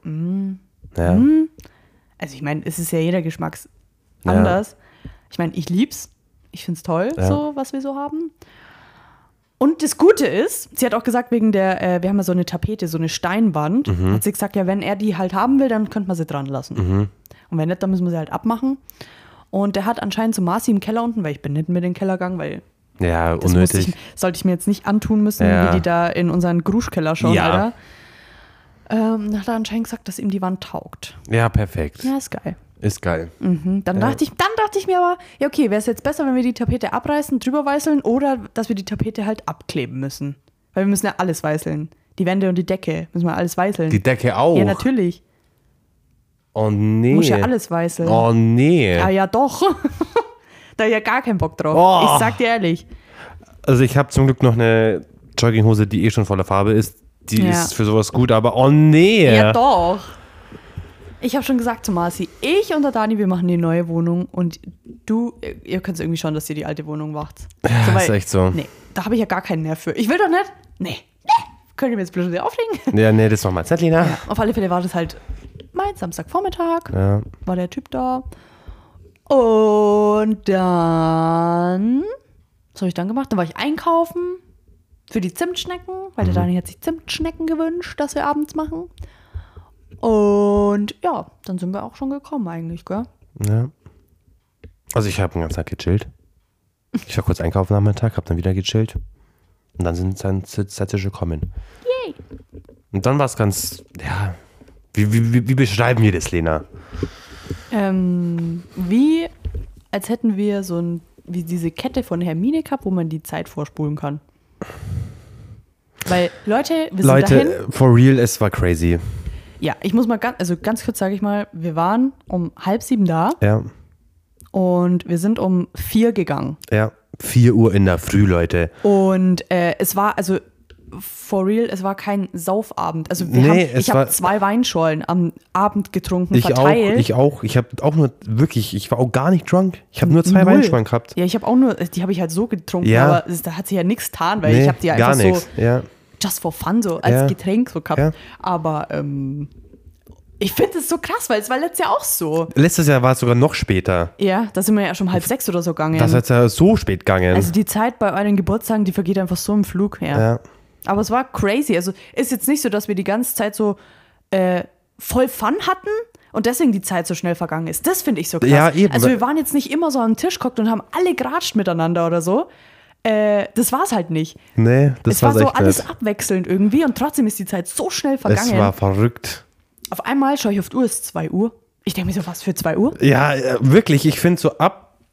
Also ich meine, es ist ja jeder Geschmack anders. Ich meine, ich lieb's. Ich find's toll, so was wir so haben. Und das Gute ist, sie hat auch gesagt, wegen der, wir haben ja so eine Tapete, so eine Steinwand, hat sie gesagt, ja, wenn er die halt haben will, dann könnte man sie dran lassen. Und wenn nicht, dann müssen wir sie halt abmachen. Und der hat anscheinend so Marci im Keller unten, weil ich bin nicht mit in den Keller gegangen, weil das unnötig. Sollte ich mir jetzt nicht antun müssen, wie die da in unseren Gruschkeller schauen, Alter. Hat er anscheinend gesagt, dass ihm die Wand taugt. Ja, perfekt. Ja, ist geil. Ist geil. Dann dachte ich mir aber, ja okay, wäre es jetzt besser, wenn wir die Tapete abreißen, drüber weißeln oder dass wir die Tapete halt abkleben müssen. Weil wir müssen ja alles weißeln. Die Wände und die Decke müssen wir alles weißeln. Die Decke auch? Ja, natürlich. Oh nee. Du musst ja alles weißeln. Oh nee. Ja doch. Da hab ich ja gar keinen Bock drauf. Oh. Ich sag dir ehrlich. Also ich habe zum Glück noch eine Jogginghose, die eh schon voller Farbe ist. Die ist für sowas gut, aber oh nee. Ja doch. Ich habe schon gesagt zu Marci, ich und der Dani, wir machen die neue Wohnung und ihr könnt irgendwie schauen, dass ihr die alte Wohnung macht. So, ist echt so. Nee, da habe ich ja gar keinen Nerv für. Ich will doch nicht. Nee. Könnt ihr mir jetzt bloß wieder auflegen? Ja, nee, das machen wir jetzt nicht, Lina. Ja, auf alle Fälle war das halt mein Samstagvormittag. Ja. War der Typ da. Und dann, was habe ich dann gemacht? Dann war ich einkaufen für die Zimtschnecken, weil der Dani hat sich Zimtschnecken gewünscht, dass wir abends machen. Und ja, dann sind wir auch schon gekommen eigentlich, gell? Ja. Also ich habe den ganzen Tag gechillt. Ich war kurz einkaufen am Tag, habe dann wieder gechillt. Und dann sind sie gekommen. Yay! Und dann war es ganz, ja, wie beschreiben wir das, Lena? Wie, als hätten wir wie diese Kette von Hermine gehabt, wo man die Zeit vorspulen kann. Weil, Leute, wir sind dahin. For real, es war crazy. Ja, ich muss mal ganz kurz sage ich mal, wir waren um 6:30 da. Ja. Und wir sind um 4 gegangen. Ja, 4 Uhr in der Früh, Leute. Und es war, also for real, es war kein Saufabend. Also ich habe 2 Weinschollen am Abend getrunken, verteilt. Ich auch. Ich habe auch nur, wirklich, ich war auch gar nicht drunk. Ich habe nur 2 Weinschollen gehabt. Ja, ich habe auch nur, die habe ich halt so getrunken, ja. aber da hat sich ja nichts getan, weil ich habe die ja einfach so just for fun, so als Getränk so gehabt. Ja. Aber ich finde es so krass, weil es war letztes Jahr auch so. Letztes Jahr war es sogar noch später. Ja, da sind wir ja schon um 5:30 oder so gegangen. Das ist ja so spät gegangen. Also die Zeit bei euren Geburtstagen, die vergeht einfach so im Flug. Ja. Aber es war crazy. Also ist jetzt nicht so, dass wir die ganze Zeit so voll Fun hatten und deswegen die Zeit so schnell vergangen ist. Das finde ich so krass. Ja, eben. Also wir waren jetzt nicht immer so am Tisch gehockt und haben alle geratscht miteinander oder so. Das war es halt nicht. Nee, das war so echt alles nett. Abwechselnd irgendwie und trotzdem ist die Zeit so schnell vergangen. Es war verrückt. Auf einmal schaue ich auf die Uhr, es ist 2 Uhr. Ich denke mir so, was für 2 Uhr? Ja, wirklich, ich finde so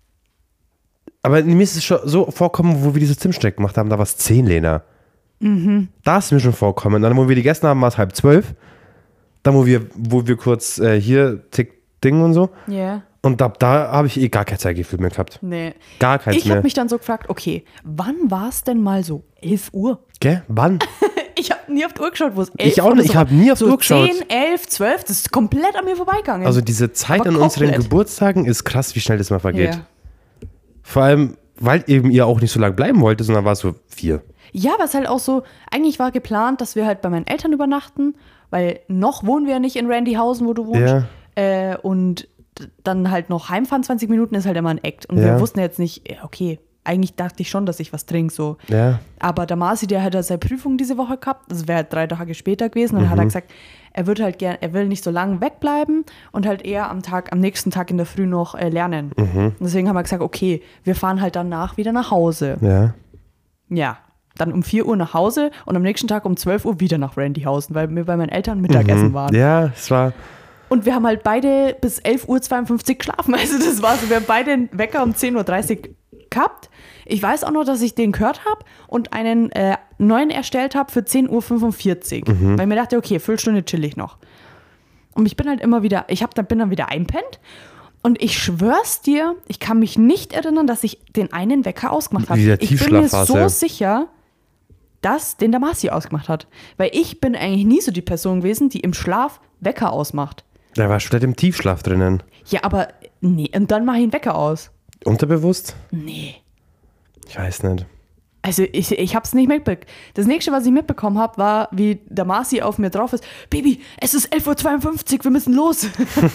aber mir ist es schon so vorkommen, wo wir diese Zimtschnecken gemacht haben, da war es 10, Lena. Mhm. Da ist mir schon vorkommen. Dann, wo wir die gegessen haben, war es 11:30. Dann, wo wir kurz hier Ding und so. Ja. Yeah. Und da habe ich gar kein Zeitgefühl mehr gehabt. Nee. Gar keins mehr. Ich habe mich dann so gefragt, okay, wann war es denn mal so? 11 Uhr? Gell? Wann? Ich habe nie auf die Uhr geschaut, wo es 11 Ich auch nicht, ich habe nie auf die Uhr geschaut. 10, 11, 12, das ist komplett an mir vorbeigegangen. Also diese Zeit Aber an unseren komplett. Geburtstagen ist krass, wie schnell das mal vergeht. Ja. Vor allem, weil eben ihr auch nicht so lange bleiben wolltet, sondern war es so 4. Ja, aber es halt auch so, eigentlich war geplant, dass wir halt bei meinen Eltern übernachten, weil noch wohnen wir ja nicht in Randyhausen, wo du wohnst. Ja. Und dann halt noch heimfahren, 20 Minuten ist halt immer ein Act. Und wir wussten jetzt nicht, okay, eigentlich dachte ich schon, dass ich was trinke, so. Ja. Aber der Marci, der hat ja seine Prüfung diese Woche gehabt, das wäre halt 3 Tage später gewesen. Und dann hat er gesagt, er will nicht so lange wegbleiben und halt eher am nächsten Tag in der Früh noch lernen. Und deswegen haben wir gesagt, okay, wir fahren halt danach wieder nach Hause. Ja. Ja. Dann um 4 Uhr nach Hause und am nächsten Tag um 12 Uhr wieder nach Randyhausen, weil wir bei meinen Eltern Mittagessen waren. Ja, es war. Und wir haben halt beide bis 11:52 Uhr geschlafen. Also das war so, wir haben beide einen Wecker um 10:30 Uhr gehabt. Ich weiß auch noch, dass ich den gehört habe und einen neuen erstellt habe für 10:45 Uhr. Weil ich mir dachte, okay, Viertelstunde chill ich noch. Und ich bin halt immer wieder, bin dann wieder einpennt. Und ich schwör's dir, ich kann mich nicht erinnern, dass ich den einen Wecker ausgemacht habe. Ich bin mir so sicher, dass den der Marci ausgemacht hat. Weil ich bin eigentlich nie so die Person gewesen, die im Schlaf Wecker ausmacht. Da war schon im Tiefschlaf drinnen. Ja, aber nee, und dann mache ich einen Wecker aus. Unterbewusst? Nee. Ich weiß nicht. Also ich habe es nicht mitbekommen. Das nächste, was ich mitbekommen habe, war, wie der Marci auf mir drauf ist. Baby, es ist 11:52 Uhr, wir müssen los.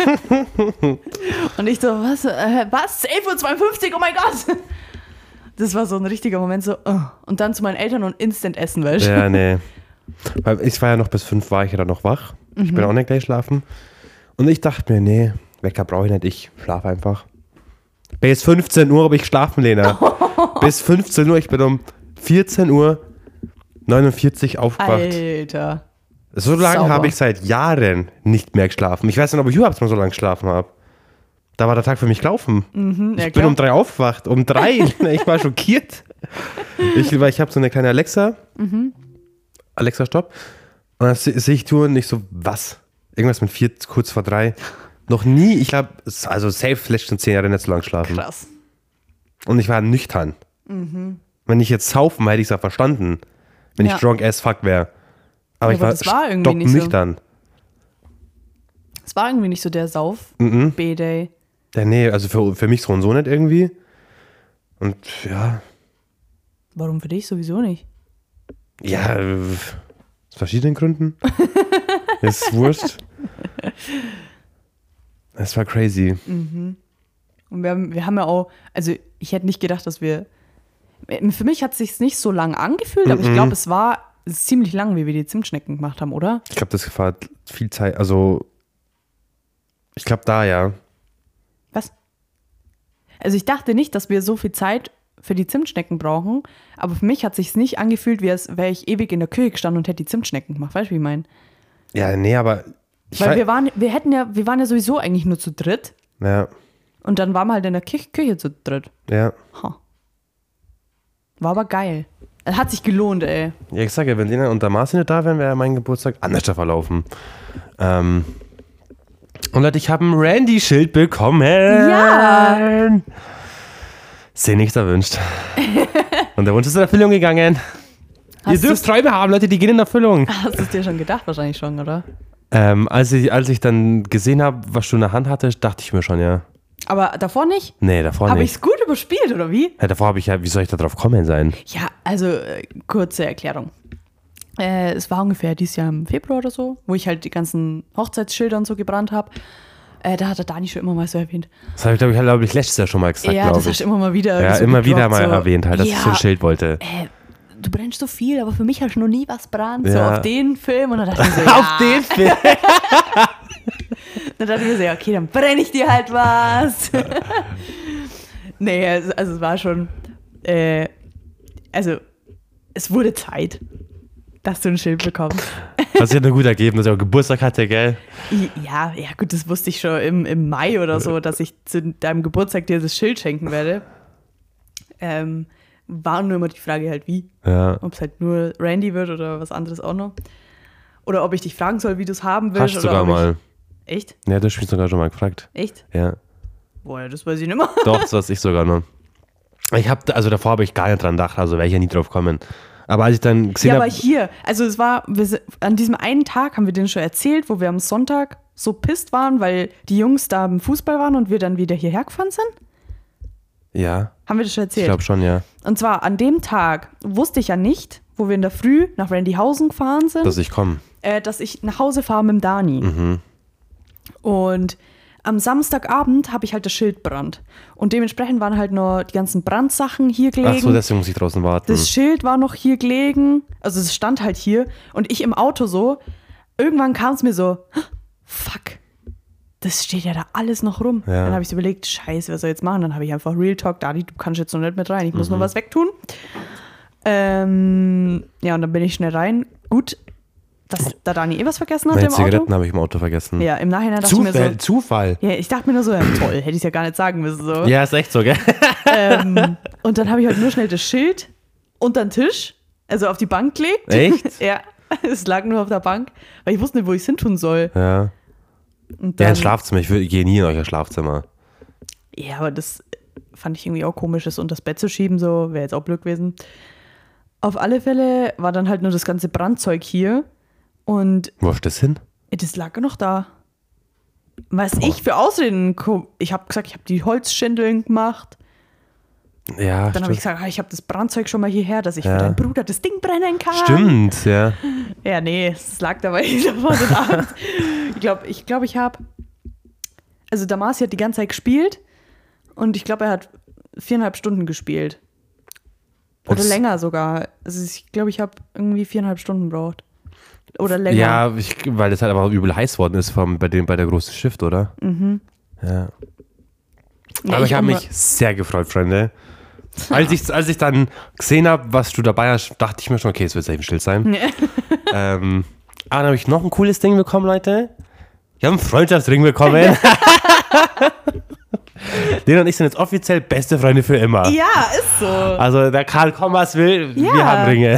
Und ich so, was? 11:52 Uhr, oh mein Gott. Das war so ein richtiger Moment, so. Und dann zu meinen Eltern und instant essen, weißt du? Ja, nee. Weil ich war ja noch bis 5, war ich ja dann noch wach. Ich bin auch nicht gleich schlafen. Und ich dachte mir, nee, Wecker brauche ich nicht, ich schlafe einfach. Bis 15 Uhr habe ich geschlafen, Lena. Bis 15 Uhr, ich bin um 14:49 Uhr aufgewacht. Alter. So lange habe ich seit Jahren nicht mehr geschlafen. Ich weiß nicht, ob ich überhaupt mal so lange geschlafen habe. Da war der Tag für mich gelaufen. Ich bin um 3 aufgewacht. Um 3. Ich war schockiert. Ich habe so eine kleine Alexa. Alexa, stopp. Und dann sehe ich Touren nicht so, was? Irgendwas mit 4, kurz vor 3. Noch nie, ich glaube, also safe vielleicht schon 10 Jahre nicht so lange geschlafen. Krass. Und ich war nüchtern. Wenn ich jetzt saufen, hätte ich es auch verstanden. Wenn ich drunk as fuck wäre. Aber ich war stocknüchtern. Es war irgendwie nicht so der Sauf-B-Day. Ja, nee, also für mich so und so nicht irgendwie. Und ja. Warum für dich sowieso nicht? Ja, aus verschiedenen Gründen. Ist wurscht. Das war crazy. Und wir haben ja auch, also ich hätte nicht gedacht, dass für mich hat es sich nicht so lang angefühlt, aber ich glaube, es war ziemlich lang, wie wir die Zimtschnecken gemacht haben, oder? Ich glaube, das war viel Zeit, also ich glaube da, ja. Was? Also ich dachte nicht, dass wir so viel Zeit für die Zimtschnecken brauchen. Aber für mich hat sich's nicht angefühlt, wie als wäre ich ewig in der Küche gestanden und hätte die Zimtschnecken gemacht. Weißt du, wie ich meine? Ja, nee, aber... Weil wir waren ja sowieso eigentlich nur zu dritt. Ja. Und dann waren wir halt in der Küche zu dritt. Ja. War aber geil. Es hat sich gelohnt, ey. Ja, ich sag ja, wenn Lena und der Marci nicht da wären, wäre mein Geburtstag anders verlaufen. Und Leute, ich habe ein Randy-Schild bekommen. Ja. Sehr nicht erwünscht. Und der Wunsch ist in Erfüllung gegangen. Ihr dürft Träume haben, Leute, die gehen in Erfüllung. Hast du es dir schon gedacht? Wahrscheinlich schon, oder? Als ich dann gesehen habe, was du in der Hand hattest, dachte ich mir schon, ja. Aber davor nicht? Nee, davor Habe nicht. ich es gut überspielt, oder wie? Ja, davor habe ich ja, wie soll ich da drauf kommen sein? Ja, also kurze Erklärung. Es war ungefähr dieses Jahr im Februar oder so, wo ich halt die ganzen Hochzeitsschilder und so gebrannt habe. Da hat der Dani schon immer mal so erwähnt. Das habe ich, glaube ich, letztes Jahr schon mal gesagt, Ja, glaube das hast ich. du immer mal wieder Ja, so immer wieder gedroppt, mal so. erwähnt halt, dass ich so ein Schild wollte. Du brennst so viel, aber für mich hast du noch nie was brannt. Ja. So auf den Film. Und dann dachte ich mir so, ja. Auf den Film. Dann dachte ich mir so, ja, okay, dann brenne ich dir halt was. Nee, also es war schon, also es wurde Zeit, dass du ein Schild bekommst. Hat sich ja nur gut ergeben, dass ich auch Geburtstag hatte, gell? Ja, gut, das wusste ich schon im Mai oder so, dass ich zu deinem Geburtstag dir das Schild schenken werde. War nur immer die Frage halt wie. Ja. Ob es halt nur Randy wird oder was anderes auch noch. Oder ob ich dich fragen soll, wie du es haben willst. Hast du oder sogar ob mal. Echt? Ja, das hast du mich sogar schon mal gefragt. Echt? Ja. Boah, das weiß ich nicht mehr. Doch, das weiß ich sogar noch. Davor habe ich gar nicht dran gedacht, also wäre ich ja nie drauf kommen. Aber als ich dann gesehen Ja, habe. aber hier, also an diesem einen Tag haben wir den schon erzählt, wo wir am Sonntag so pisst waren, weil die Jungs da im Fußball waren und wir dann wieder hierher gefahren sind. Ja. Haben wir das schon Ich erzählt? glaube schon, ja. Und zwar an dem Tag wusste ich ja nicht, wo wir in der Früh nach Randyhausen gefahren sind, Dass ich komme. dass ich nach Hause fahre mit dem Dani. Mhm. Und am Samstagabend habe ich halt das Schild brannt. Und dementsprechend waren halt noch die ganzen Brandsachen hier gelegen. Ach so, deswegen muss ich draußen warten. Das Schild war noch hier gelegen. Also es stand halt hier. Und ich im Auto so. Irgendwann kam es mir so, fuck, das steht ja da alles noch rum. Ja. Dann habe ich so überlegt, scheiße, was soll ich jetzt machen? Dann habe ich einfach Real Talk, Dadi, du kannst jetzt noch nicht mit rein. Ich muss noch was wegtun. Ja, und dann bin ich schnell rein. Gut, dass der Dani was vergessen hat Meine im Auto. Zigaretten habe ich im Auto vergessen. Ja, im Nachhinein dachte ich mir so, Zufall. ja, ich dachte mir nur so, ja, toll, hätte ich es ja gar nicht sagen müssen. So. Ja, ist echt so, gell? Und dann habe ich halt nur schnell das Schild unter den Tisch, also auf die Bank gelegt. Echt? Ja, es lag nur auf der Bank, weil ich wusste nicht, wo ich es hin tun soll. Ja. Und Ja, dann, ins Schlafzimmer. Ich gehe nie in euer Schlafzimmer. ja, aber das fand ich irgendwie auch komisch, das unter das Bett zu schieben, so wäre jetzt auch blöd gewesen. Auf alle Fälle war dann halt nur das ganze Brandzeug hier und Wo ist das hin? das lag noch da. Was ich für Ausreden, ich habe gesagt, ich habe die Holzschindeln gemacht. Ja, Dann habe ich gesagt, ich habe das Brandzeug schon mal hierher, dass ich für deinen Bruder das Ding brennen kann. Stimmt, ja. Ja, nee, es lag dabei davor den Abend. Ich glaube, ich habe. Also, der Marci hat die ganze Zeit gespielt und ich glaube, er hat 4,5 Stunden gespielt. Oder Das- länger sogar. Also, ich glaube, ich habe irgendwie 4,5 Stunden gebraucht. Oder länger. Ja, weil das halt aber übel heiß worden ist bei der großen Shift, oder? Mhm. Ja. Ja, Aber ich habe immer- mich sehr gefreut, Freunde. Als ich dann gesehen habe, was du dabei hast, dachte ich mir schon, okay, es wird safe still sein. Aber dann habe ich noch ein cooles Ding bekommen, Leute. Ich habe einen Freundschaftsring bekommen. Den und ich sind jetzt offiziell beste Freunde für immer. Ja, ist so. Also der Karl kommen, was will, Ja. wir haben Ringe.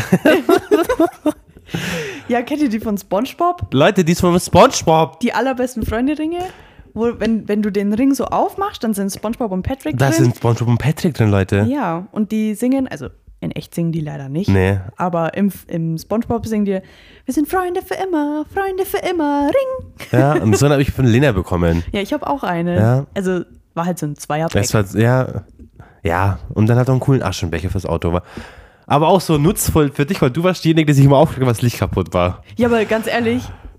Ja, kennt ihr die von SpongeBob? Leute, die ist von SpongeBob. Die allerbesten Freunde-Ringe? Wo, wenn du den Ring so aufmachst, dann sind SpongeBob und Patrick Da drin. sind SpongeBob und Patrick drin, Leute. Ja, und die singen, also in echt singen die leider nicht. Nee. Aber im SpongeBob singen die, wir sind Freunde für immer, Ring. Ja, und so habe ich von Lena bekommen. Ja, ich habe auch eine. Ja. Also war halt so ein Zweierpack. Das war, ja, und dann hat er einen coolen Aschenbecher fürs Auto. Aber auch so nutzvoll für dich, weil du warst diejenige, die sich immer aufgeregt hat, was Licht kaputt war. Ja, aber ganz ehrlich,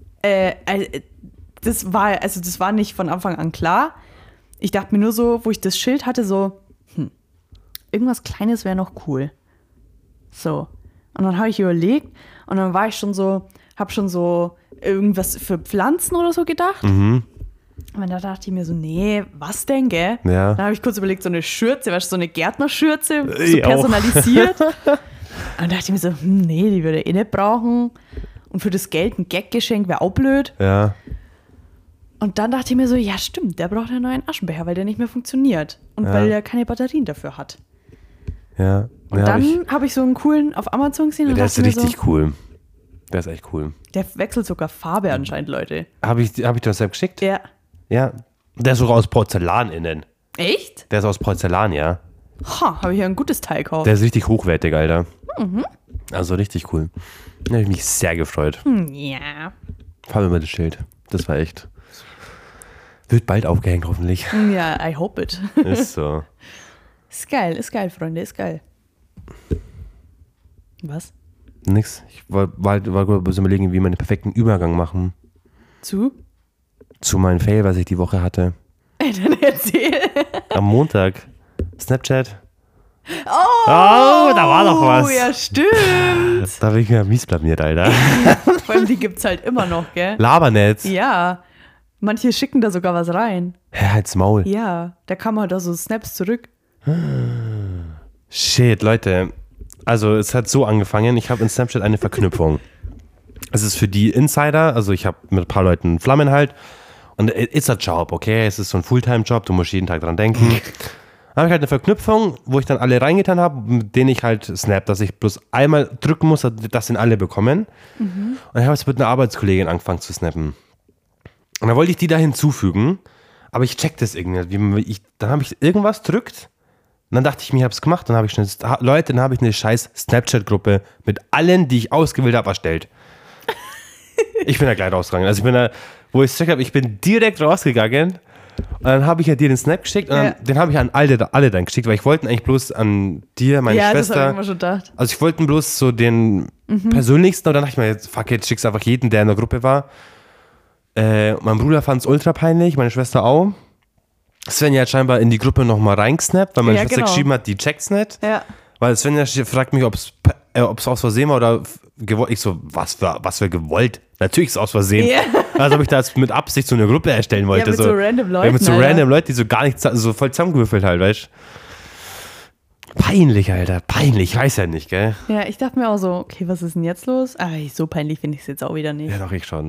das war nicht von Anfang an klar. Ich dachte mir nur so, wo ich das Schild hatte, so, irgendwas Kleines wäre noch cool. So. Und dann habe ich überlegt und dann war ich schon so, habe schon so irgendwas für Pflanzen oder so gedacht. Und da dachte ich mir so, nee, was denn, gell? Ja. Dann habe ich kurz überlegt, so eine Schürze, weißt du, so eine Gärtnerschürze, so Ich auch. personalisiert. Und dann dachte ich mir so, nee, die würde ich eh nicht brauchen. Und für das Geld ein Gaggeschenk wäre auch blöd. Ja. Und dann dachte ich mir so, ja stimmt, der braucht einen neuen Aschenbecher, weil der nicht mehr funktioniert. Und weil der keine Batterien dafür hat. Ja. Und ja, dann habe ich so einen coolen auf Amazon gesehen und der ist dachte mir so, richtig cool. Der ist echt cool. der wechselt sogar Farbe anscheinend, Leute. Hab ich dir das selbst geschickt? Ja. Ja. Der ist sogar aus Porzellan innen. Echt? Der ist aus Porzellan, ja. Ha, habe ich ja ein gutes Teil gekauft. Der ist richtig hochwertig, Alter. Also richtig cool. Da habe ich mich sehr gefreut. Ja. Vor allem über das Schild. Das war echt. Wird bald aufgehängt, hoffentlich. Ja, I hope it. Ist so. Ist geil, Freunde, ist geil. Was? Nix. Ich war gerade so überlegen, wie wir einen perfekten Übergang machen Zu? zu meinem Fail, was ich die Woche hatte. Dann erzähl. Am Montag. Snapchat. Oh, da war doch was. Ja, stimmt. Da bin ich mir mies blamiert, Alter. Vor allem, die gibt's halt immer noch, gell? Labernet. Ja. Manche schicken da sogar was rein. Hä, halt's Maul. Ja, da kam halt da so Snaps zurück. Shit, Leute. Also es hat so angefangen, ich habe in Snapchat eine Verknüpfung. Es ist für die Insider, also ich habe mit ein paar Leuten Flammen halt. Und it's a job, okay? Es ist so ein Fulltime-Job, du musst jeden Tag dran denken. Dann habe ich halt eine Verknüpfung, wo ich dann alle reingetan habe, mit denen ich halt snap, dass ich bloß einmal drücken muss, dass den alle bekommen. Und ich habe jetzt mit einer Arbeitskollegin angefangen zu snappen. Und dann wollte ich die da hinzufügen, aber ich check das irgendwie nicht. Dann habe ich irgendwas drückt und dann dachte ich mir, ich habe es gemacht. Dann habe ich dann habe ich eine scheiß Snapchat-Gruppe mit allen, die ich ausgewählt habe, erstellt. Ich bin da gleich rausgegangen. Also ich bin da, wo ich es check habe, ich bin direkt rausgegangen und dann habe ich ja dir den Snap geschickt und dann, den habe ich an alle dann geschickt, weil ich wollte eigentlich bloß an dir, meine Ja, das Schwester. habe ich mir schon gedacht. Also ich wollte bloß so den persönlichsten und dann dachte ich mir, jetzt, fuck it, schick's einfach jeden, der in der Gruppe war. Mein Bruder fand es ultra peinlich, meine Schwester auch. Svenja hat scheinbar in die Gruppe nochmal reingesnappt, weil meine Schwester geschrieben hat, die checkt's nicht. Ja. Weil Svenja fragt mich, ob es aus Versehen war oder gewollt. Ich so, was für gewollt? Natürlich ist es aus Versehen. Ja. Also ob ich da jetzt mit Absicht so eine Gruppe erstellen wollte. Ja, mit so random Leuten, Ja, mit so Alter. random Leuten, die so gar nichts, so voll zusammengewürfelt halt, weißt du? Peinlich, Alter, peinlich, ich weiß ja nicht, gell? Ja, ich dachte mir auch so, okay, was ist denn jetzt los? So peinlich finde ich es jetzt auch wieder nicht. Ja, doch, ich schon.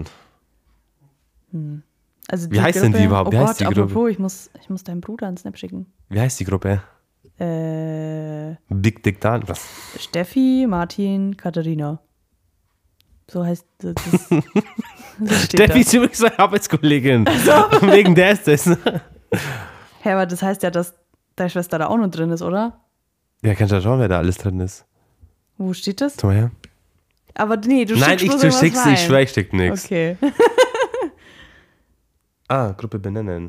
Also Wie heißt denn die überhaupt? Oh Wie heißt Gott, die Gruppe? apropos, ich muss deinem Bruder einen Snap schicken. Wie heißt die Gruppe? Big Dick Dan? Was? Steffi, Martin, Katharina. So heißt das. So steht Steffi ist übrigens meine Arbeitskollegin. Wegen der ist das. Hä, aber das heißt ja, dass deine Schwester da auch noch drin ist, oder? Ja, kannst du ja schauen, wer da alles drin ist. Wo steht das? Komm mal her. Aber nee, du Nein, schickst bloß du irgendwas schickst, rein. ich schwör, ich schick nix. Okay. Gruppe benennen.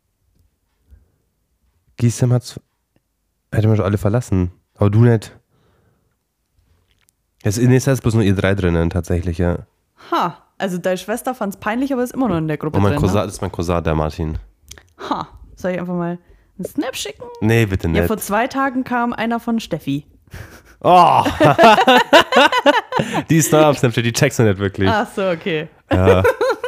Giesem hätte man schon alle verlassen. Aber du nicht. Jetzt ist bloß nur ihr drei drinnen, tatsächlich, ja. Ha, also deine Schwester fand es peinlich, aber ist immer noch in der Gruppe Und mein drin. Cousin, Ne? das ist mein Cousin, der Martin. Ha, soll ich einfach mal einen Snap schicken? Nee, bitte nicht. Ja, vor 2 Tagen kam einer von Steffi. Oh! Die ist neu auf Snapchat, die checkst du nicht wirklich. Ach so, okay. Ja.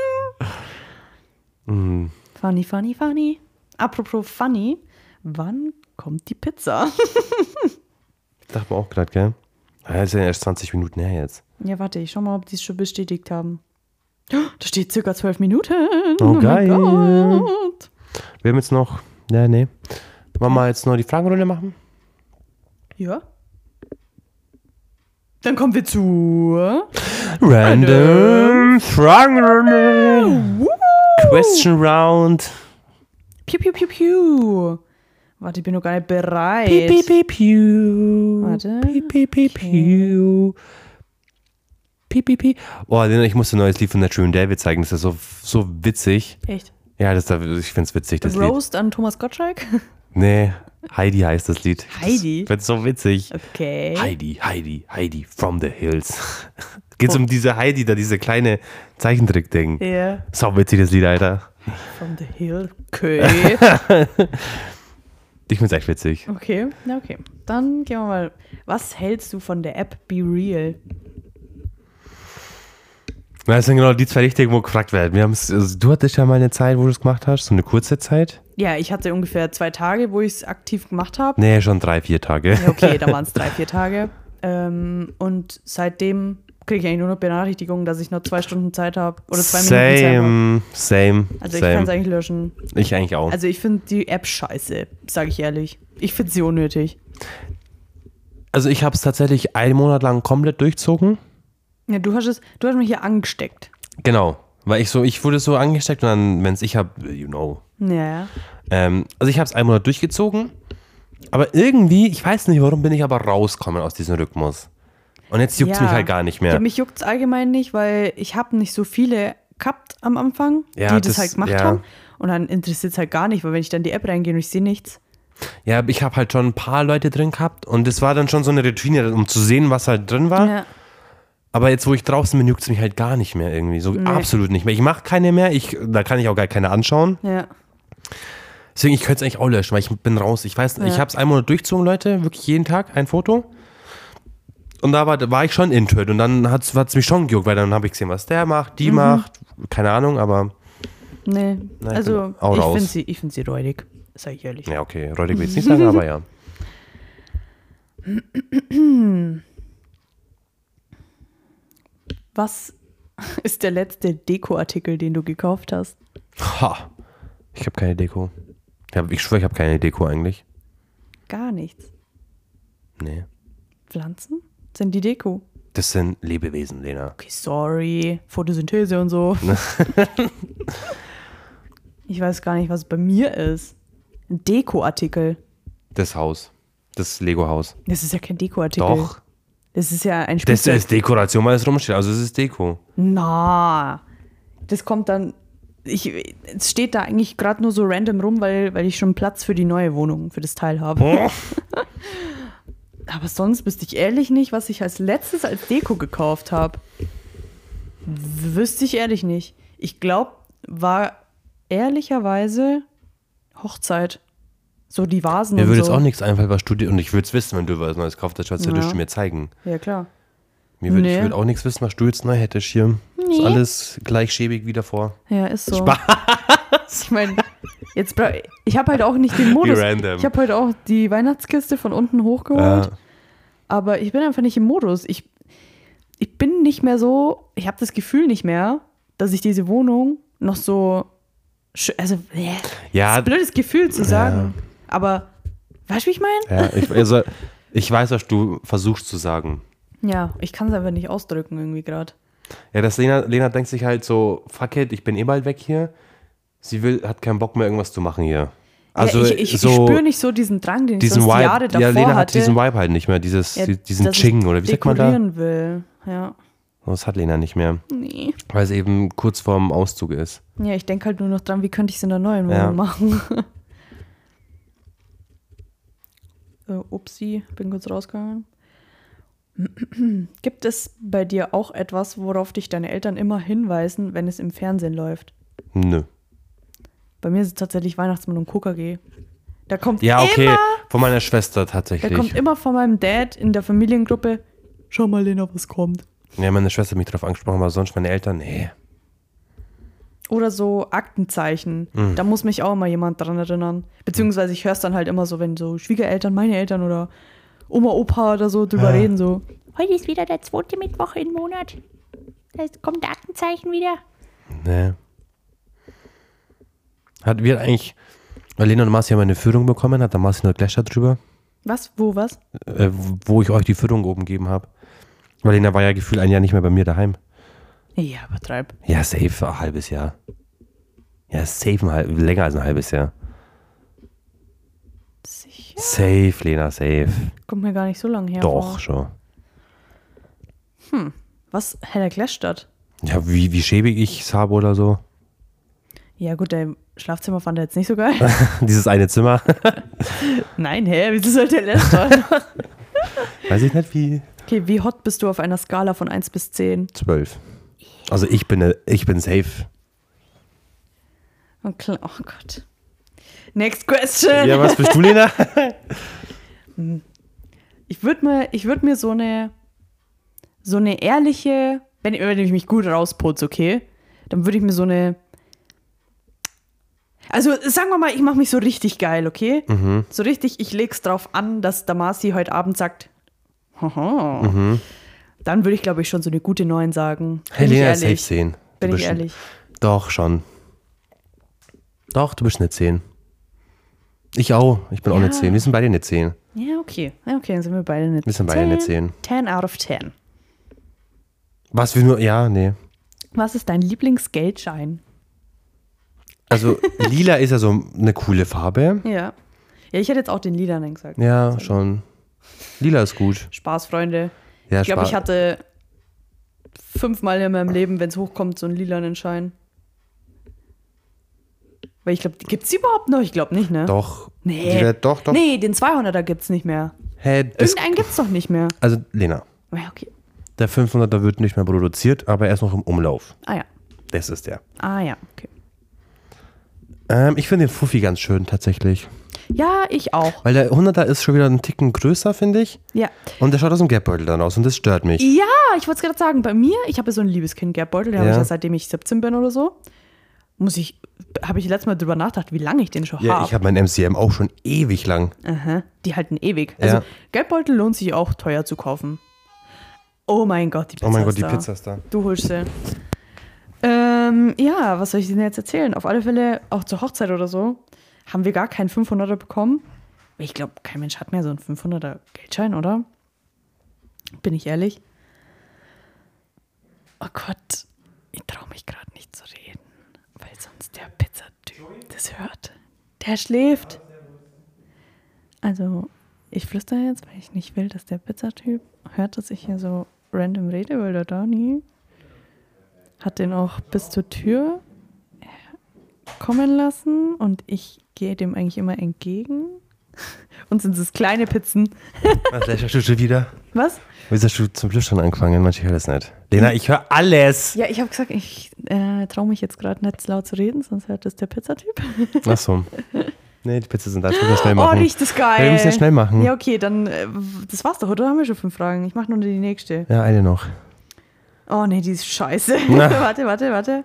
Funny, funny, funny. Apropos funny, wann kommt die Pizza? Dachte mir auch gerade, gell? Ja, ist ja erst 20 Minuten her jetzt. Ja, warte, ich schau mal, ob die es schon bestätigt haben. Da steht circa 12 Minuten. Oh, geil. Mein Gott. Wir haben jetzt noch. Ja, nee. Wollen wir jetzt noch die Fragenrunde machen? Ja. Dann kommen wir zu Random Fragenrunde. Question Round. Piu, piu, piu, piu. Warte, ich bin noch gar nicht bereit. Piep, piep, piu. Warte. Piep, piep, piep, piu. Piep, piep, piep. Oh, ich musste ein neues Lied von der Tune David zeigen. Das ist so witzig. Echt? Ja, ich find's witzig, das Lied. Roast an Thomas Gottschalk? Nee, Heidi heißt das Lied. Heidi? Ich find's so witzig. Okay. Heidi from the Hills. Geht's um diese Heidi da, diese kleine Zeichentrick-Ding. Ja. Sau witzig, das Lied, Alter. From the Hill. Okay. Ich find's echt witzig. Okay, na okay. Dann gehen wir mal. Was hältst du von der App Be Real? Das sind genau die zwei Richtigen, wo gefragt werden. Also du hattest ja mal eine Zeit, wo du es gemacht hast, so eine kurze Zeit. Ja, ich hatte ungefähr 2 Tage, wo ich es aktiv gemacht habe. Nee, schon 3-4 Tage. Ja, okay, da waren es 3-4 Tage. Und seitdem kriege ich eigentlich nur noch Benachrichtigungen, dass ich noch 2 Stunden Zeit habe oder 2 Minuten Zeit habe. Also ich kann es eigentlich löschen. Ich eigentlich auch. Also ich finde die App scheiße, sage ich ehrlich. Ich finde sie unnötig. Also ich habe es tatsächlich 1 Monat lang komplett durchzogen. Ja, du hast mich hier angesteckt. Genau, weil ich wurde so angesteckt und dann, wenn es ich habe, Ja. Also ich habe es 1 Monat durchgezogen, aber irgendwie, ich weiß nicht warum, bin ich aber rausgekommen aus diesem Rhythmus. Und jetzt juckt es mich halt gar nicht mehr. Ja, mich juckt es allgemein nicht, weil ich habe nicht so viele gehabt am Anfang, die das halt gemacht haben. Und dann interessiert es halt gar nicht, weil wenn ich dann in die App reingehe und ich sehe nichts. Ja, ich habe halt schon ein paar Leute drin gehabt und das war dann schon so eine Routine, um zu sehen, was halt drin war. Ja. Aber jetzt, wo ich draußen bin, juckt es mich halt gar nicht mehr irgendwie. So absolut nicht mehr. Ich mache keine mehr, da kann ich auch gar keine anschauen. Ja. Deswegen, ich könnte es eigentlich auch löschen, weil ich bin raus. Ich weiß, ich habe es 1 Monat durchgezogen, Leute, wirklich jeden Tag ein Foto. Und da war ich schon into it und dann hat es mich schon gejuckt, weil dann habe ich gesehen, was der macht, die macht, keine Ahnung, aber nee, also ich finde sie räudig, sag ich ehrlich. Ja, okay, räudig will ich nicht sagen, aber ja. Was ist der letzte Dekoartikel, den du gekauft hast? Ha, ich habe keine Deko. Ich schwöre, ich habe keine Deko eigentlich. Gar nichts? Nee. Pflanzen? Sind die Deko? Das sind Lebewesen, Lena. Okay, sorry. Photosynthese und so. Ich weiß gar nicht, was bei mir ist. Ein Dekoartikel. Das Haus. Das Lego-Haus. Das ist ja kein Dekoartikel. Doch. Das ist ja ein Spielzeug. Das ist Dekoration, weil es rumsteht. Also es ist Deko. Na, das kommt dann... Es steht da eigentlich gerade nur so random rum, weil ich schon Platz für die neue Wohnung, für das Teil habe. Oh. Aber sonst wüsste ich ehrlich nicht, was ich als letztes als Deko gekauft habe. Wüsste ich ehrlich nicht. Ich glaube, war ehrlicherweise Hochzeit. So die Vasen mir und so. Mir würde jetzt auch nichts einfallen, was du dir... Und ich würde es wissen, wenn du was Neues gekauft hast, würdest du mir zeigen. Ja, klar. Ich würde auch nichts wissen, was du jetzt neu hättest hier. Nee. Ist alles gleich schäbig wie davor. Ja, ist so. Spaß. Ich meine, ich habe halt auch nicht den Modus. Ich habe halt auch die Weihnachtskiste von unten hochgeholt. Ja. Aber ich bin einfach nicht im Modus. Ich bin nicht mehr so, ich habe das Gefühl nicht mehr, dass ich diese Wohnung noch so, also, das ist ein blödes Gefühl zu sagen. Ja. Aber, weißt du, wie ich meine? Ja, ich weiß, was du versuchst zu sagen. Ja, ich kann es einfach nicht ausdrücken irgendwie gerade. Ja, Lena denkt sich halt so, fuck it, ich bin eh bald weg hier. Sie hat keinen Bock mehr, irgendwas zu machen hier. Also ja, ich spüre nicht so diesen Drang, den ich sonst die Jahre davor hatte. Ja, Lena hat diesen Vibe halt nicht mehr, diesen Ching, oder wie sagt man da? Dekorieren will, ja. Das hat Lena nicht mehr. Nee. Weil es eben kurz vorm Auszug ist. Ja, ich denke halt nur noch dran, wie könnte ich es in der neuen Wohnung machen. Upsi, bin kurz rausgegangen. Gibt es bei dir auch etwas, worauf dich deine Eltern immer hinweisen, wenn es im Fernsehen läuft? Nö. Bei mir ist es tatsächlich Weihnachtsmann und KKG. Da kommt von meiner Schwester tatsächlich. Da kommt immer von meinem Dad in der Familiengruppe, schau mal, Lena, was kommt. Ja, meine Schwester hat mich darauf angesprochen, aber sonst meine Eltern, nee. Oder so Aktenzeichen. Da muss mich auch immer jemand dran erinnern. Beziehungsweise ich höre es dann halt immer so, wenn so Schwiegereltern, meine Eltern oder Oma, Opa oder so drüber reden, so. Heute ist wieder der 2. Mittwoch im Monat. Da kommt der Aktenzeichen wieder. Nee. Wir eigentlich, weil Lena und Marci haben eine Führung bekommen, hat da Marci noch gleich darüber. Was? Wo, was? Wo ich euch die Führung oben gegeben habe. Weil Lena war ja gefühlt ein Jahr nicht mehr bei mir daheim. Ja, übertreib. Ja, safe, ein halbes Jahr. Ja, safe, länger als ein halbes Jahr. Sicher? Safe, Lena, safe. Kommt mir gar nicht so lange her. Doch, schon. Was? Heller Glässtadt? Ja, wie schäbig ich es habe oder so. Ja gut, dein Schlafzimmer fand er jetzt nicht so geil. Dieses eine Zimmer. Nein, wieso sollte er Glässtadt? Weiß ich nicht, wie. Okay, wie hot bist du auf einer Skala von 1 bis 10? 12. Also ich bin safe. Okay, oh Gott. Next question. Ja, was bist du, Lena? Ich würde mir so eine ehrliche wenn ich mich gut rausputze, okay, dann würde ich mir so eine... Also sagen wir mal, ich mache mich so richtig geil, okay? So richtig, ich leg's drauf an, dass Damasi heute Abend sagt, haha. Dann würde ich, glaube ich, schon so eine gute 9 sagen. Hey, Lena, safe 10. Bin ich ehrlich. Doch, schon. Doch, du bist eine 10. Ich auch. Ich bin auch eine 10. Wir sind beide eine 10. Ja, okay. Ja, okay, dann sind wir beide eine 10. Wir sind beide eine 10. 10 out of 10. Was wir nur, ja, nee. Was ist dein Lieblingsgeldschein? Also, lila ist ja so eine coole Farbe. Ja. Ja, ich hätte jetzt auch den Lilanen gesagt. Ja, schon. Lila ist gut. Spaß, Freunde. Ja, Ich glaube, ich hatte 5-mal in meinem Leben, wenn es hochkommt, so einen lilanen Schein. Weil ich glaube, gibt es überhaupt noch? Ich glaube nicht, ne? Doch. Nee. Doch. Nee, den 200er gibt es nicht mehr. Hä, Irgendeinen gibt es doch nicht mehr. Also, Lena, Ja, okay. der 500er wird nicht mehr produziert, aber er ist noch im Umlauf. Ah ja. Das ist der. Ah ja, okay. Ich finde den Fuffi ganz schön, tatsächlich. Ja, ich auch. Weil der 100er ist schon wieder einen Ticken größer, finde ich. Ja. Und der schaut aus dem Geldbeutel dann aus und das stört mich. Ja, ich wollte es gerade sagen, bei mir, ich habe so einen Liebeskind-Geldbeutel, den habe ich ja seitdem ich 17 bin oder so. Habe ich letztes Mal drüber nachgedacht, wie lange ich den schon Ja, habe. ich habe meinen MCM auch schon ewig lang. Aha, die halten ewig. Also Ja. Geldbeutel lohnt sich auch teuer zu kaufen. Oh mein Gott, die Pizza Oh mein Gott, ist die da. Pizza ist da. Du holst sie. Ja, was soll ich denn jetzt erzählen? Auf alle Fälle, auch zur Hochzeit oder so, haben wir gar keinen 500er bekommen. Ich glaube, kein Mensch hat mehr so einen 500er Geldschein, oder? Bin ich ehrlich? Oh Gott, ich traue mich gerade nicht zu reden, weil sonst der Pizzatyp das hört. Der schläft. Also, ich flüstere jetzt, weil ich nicht will, dass der Pizzatyp hört, dass ich hier so random rede, weil der Dani hat den auch bis zur Tür kommen lassen und ich gehe dem eigentlich immer entgegen. Und sind es kleine Pizzen. Was lächerst du schon wieder? Was? Wieso hast du zum Flüstern angefangen? Manche hören das nicht. Lena, ich höre alles. Ja, ich habe gesagt, ich traue mich jetzt gerade nicht laut zu reden, sonst hört das der Pizzatyp. Ach so. Nee, die Pizza sind da. Ich will das schnell machen. Oh, riecht das geil. Wir müssen das schnell machen. Ja, okay, dann, das war's doch, oder? Haben wir schon 5 Fragen? Ich mache nur die nächste. Ja, eine noch. Oh, nee, die ist scheiße. Na. Warte.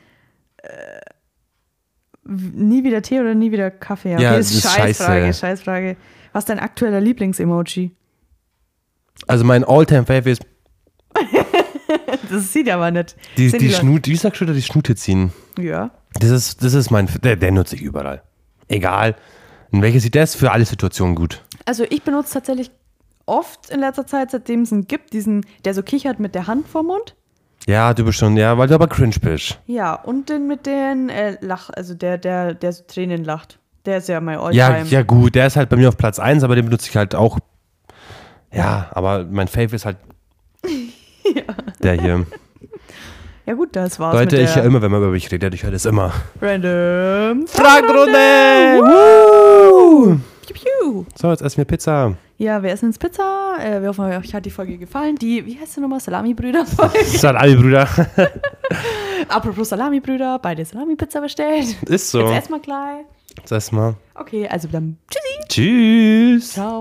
Nie wieder Tee oder nie wieder Kaffee? Okay, Ja, das ist das ist Scheißfrage. Was ist dein aktueller Lieblings-Emoji? Also mein All-Time-Fave ist Das sieht aber nicht. die Sind Schnute, wie sagst du da, die Schnute ziehen. Ja. Das ist mein, der nutze ich überall. Egal. In welcher sieht das für alle Situationen gut? Also ich benutze tatsächlich oft in letzter Zeit, seitdem es einen gibt, diesen, der so kichert mit der Hand vorm Mund. Ja, du bist schon, ja, weil du aber cringe bist. Ja, und den mit den also der so Tränen lacht. Der ist ja mein Alltime. Ja, gut, der ist halt bei mir auf Platz 1, aber den benutze ich halt auch. Ja, aber mein Fave ist halt der hier. Ja gut, das war's Leute, mit ich höre immer, wenn man über mich redet, ich höre das immer. Random Fragenrunde! Woo! Piu, piu. So, jetzt essen wir Pizza. Ja, wir essen jetzt Pizza. Wir hoffen, euch hat die Folge gefallen. Die, wie heißt die nochmal? Salami-Brüder-Folge. Salami, Brüder. Apropos Salami-Brüder, beide Salami-Pizza bestellt. Ist so. Jetzt essen wir gleich. Jetzt essen wir. Okay, also dann tschüssi. Tschüss. Ciao.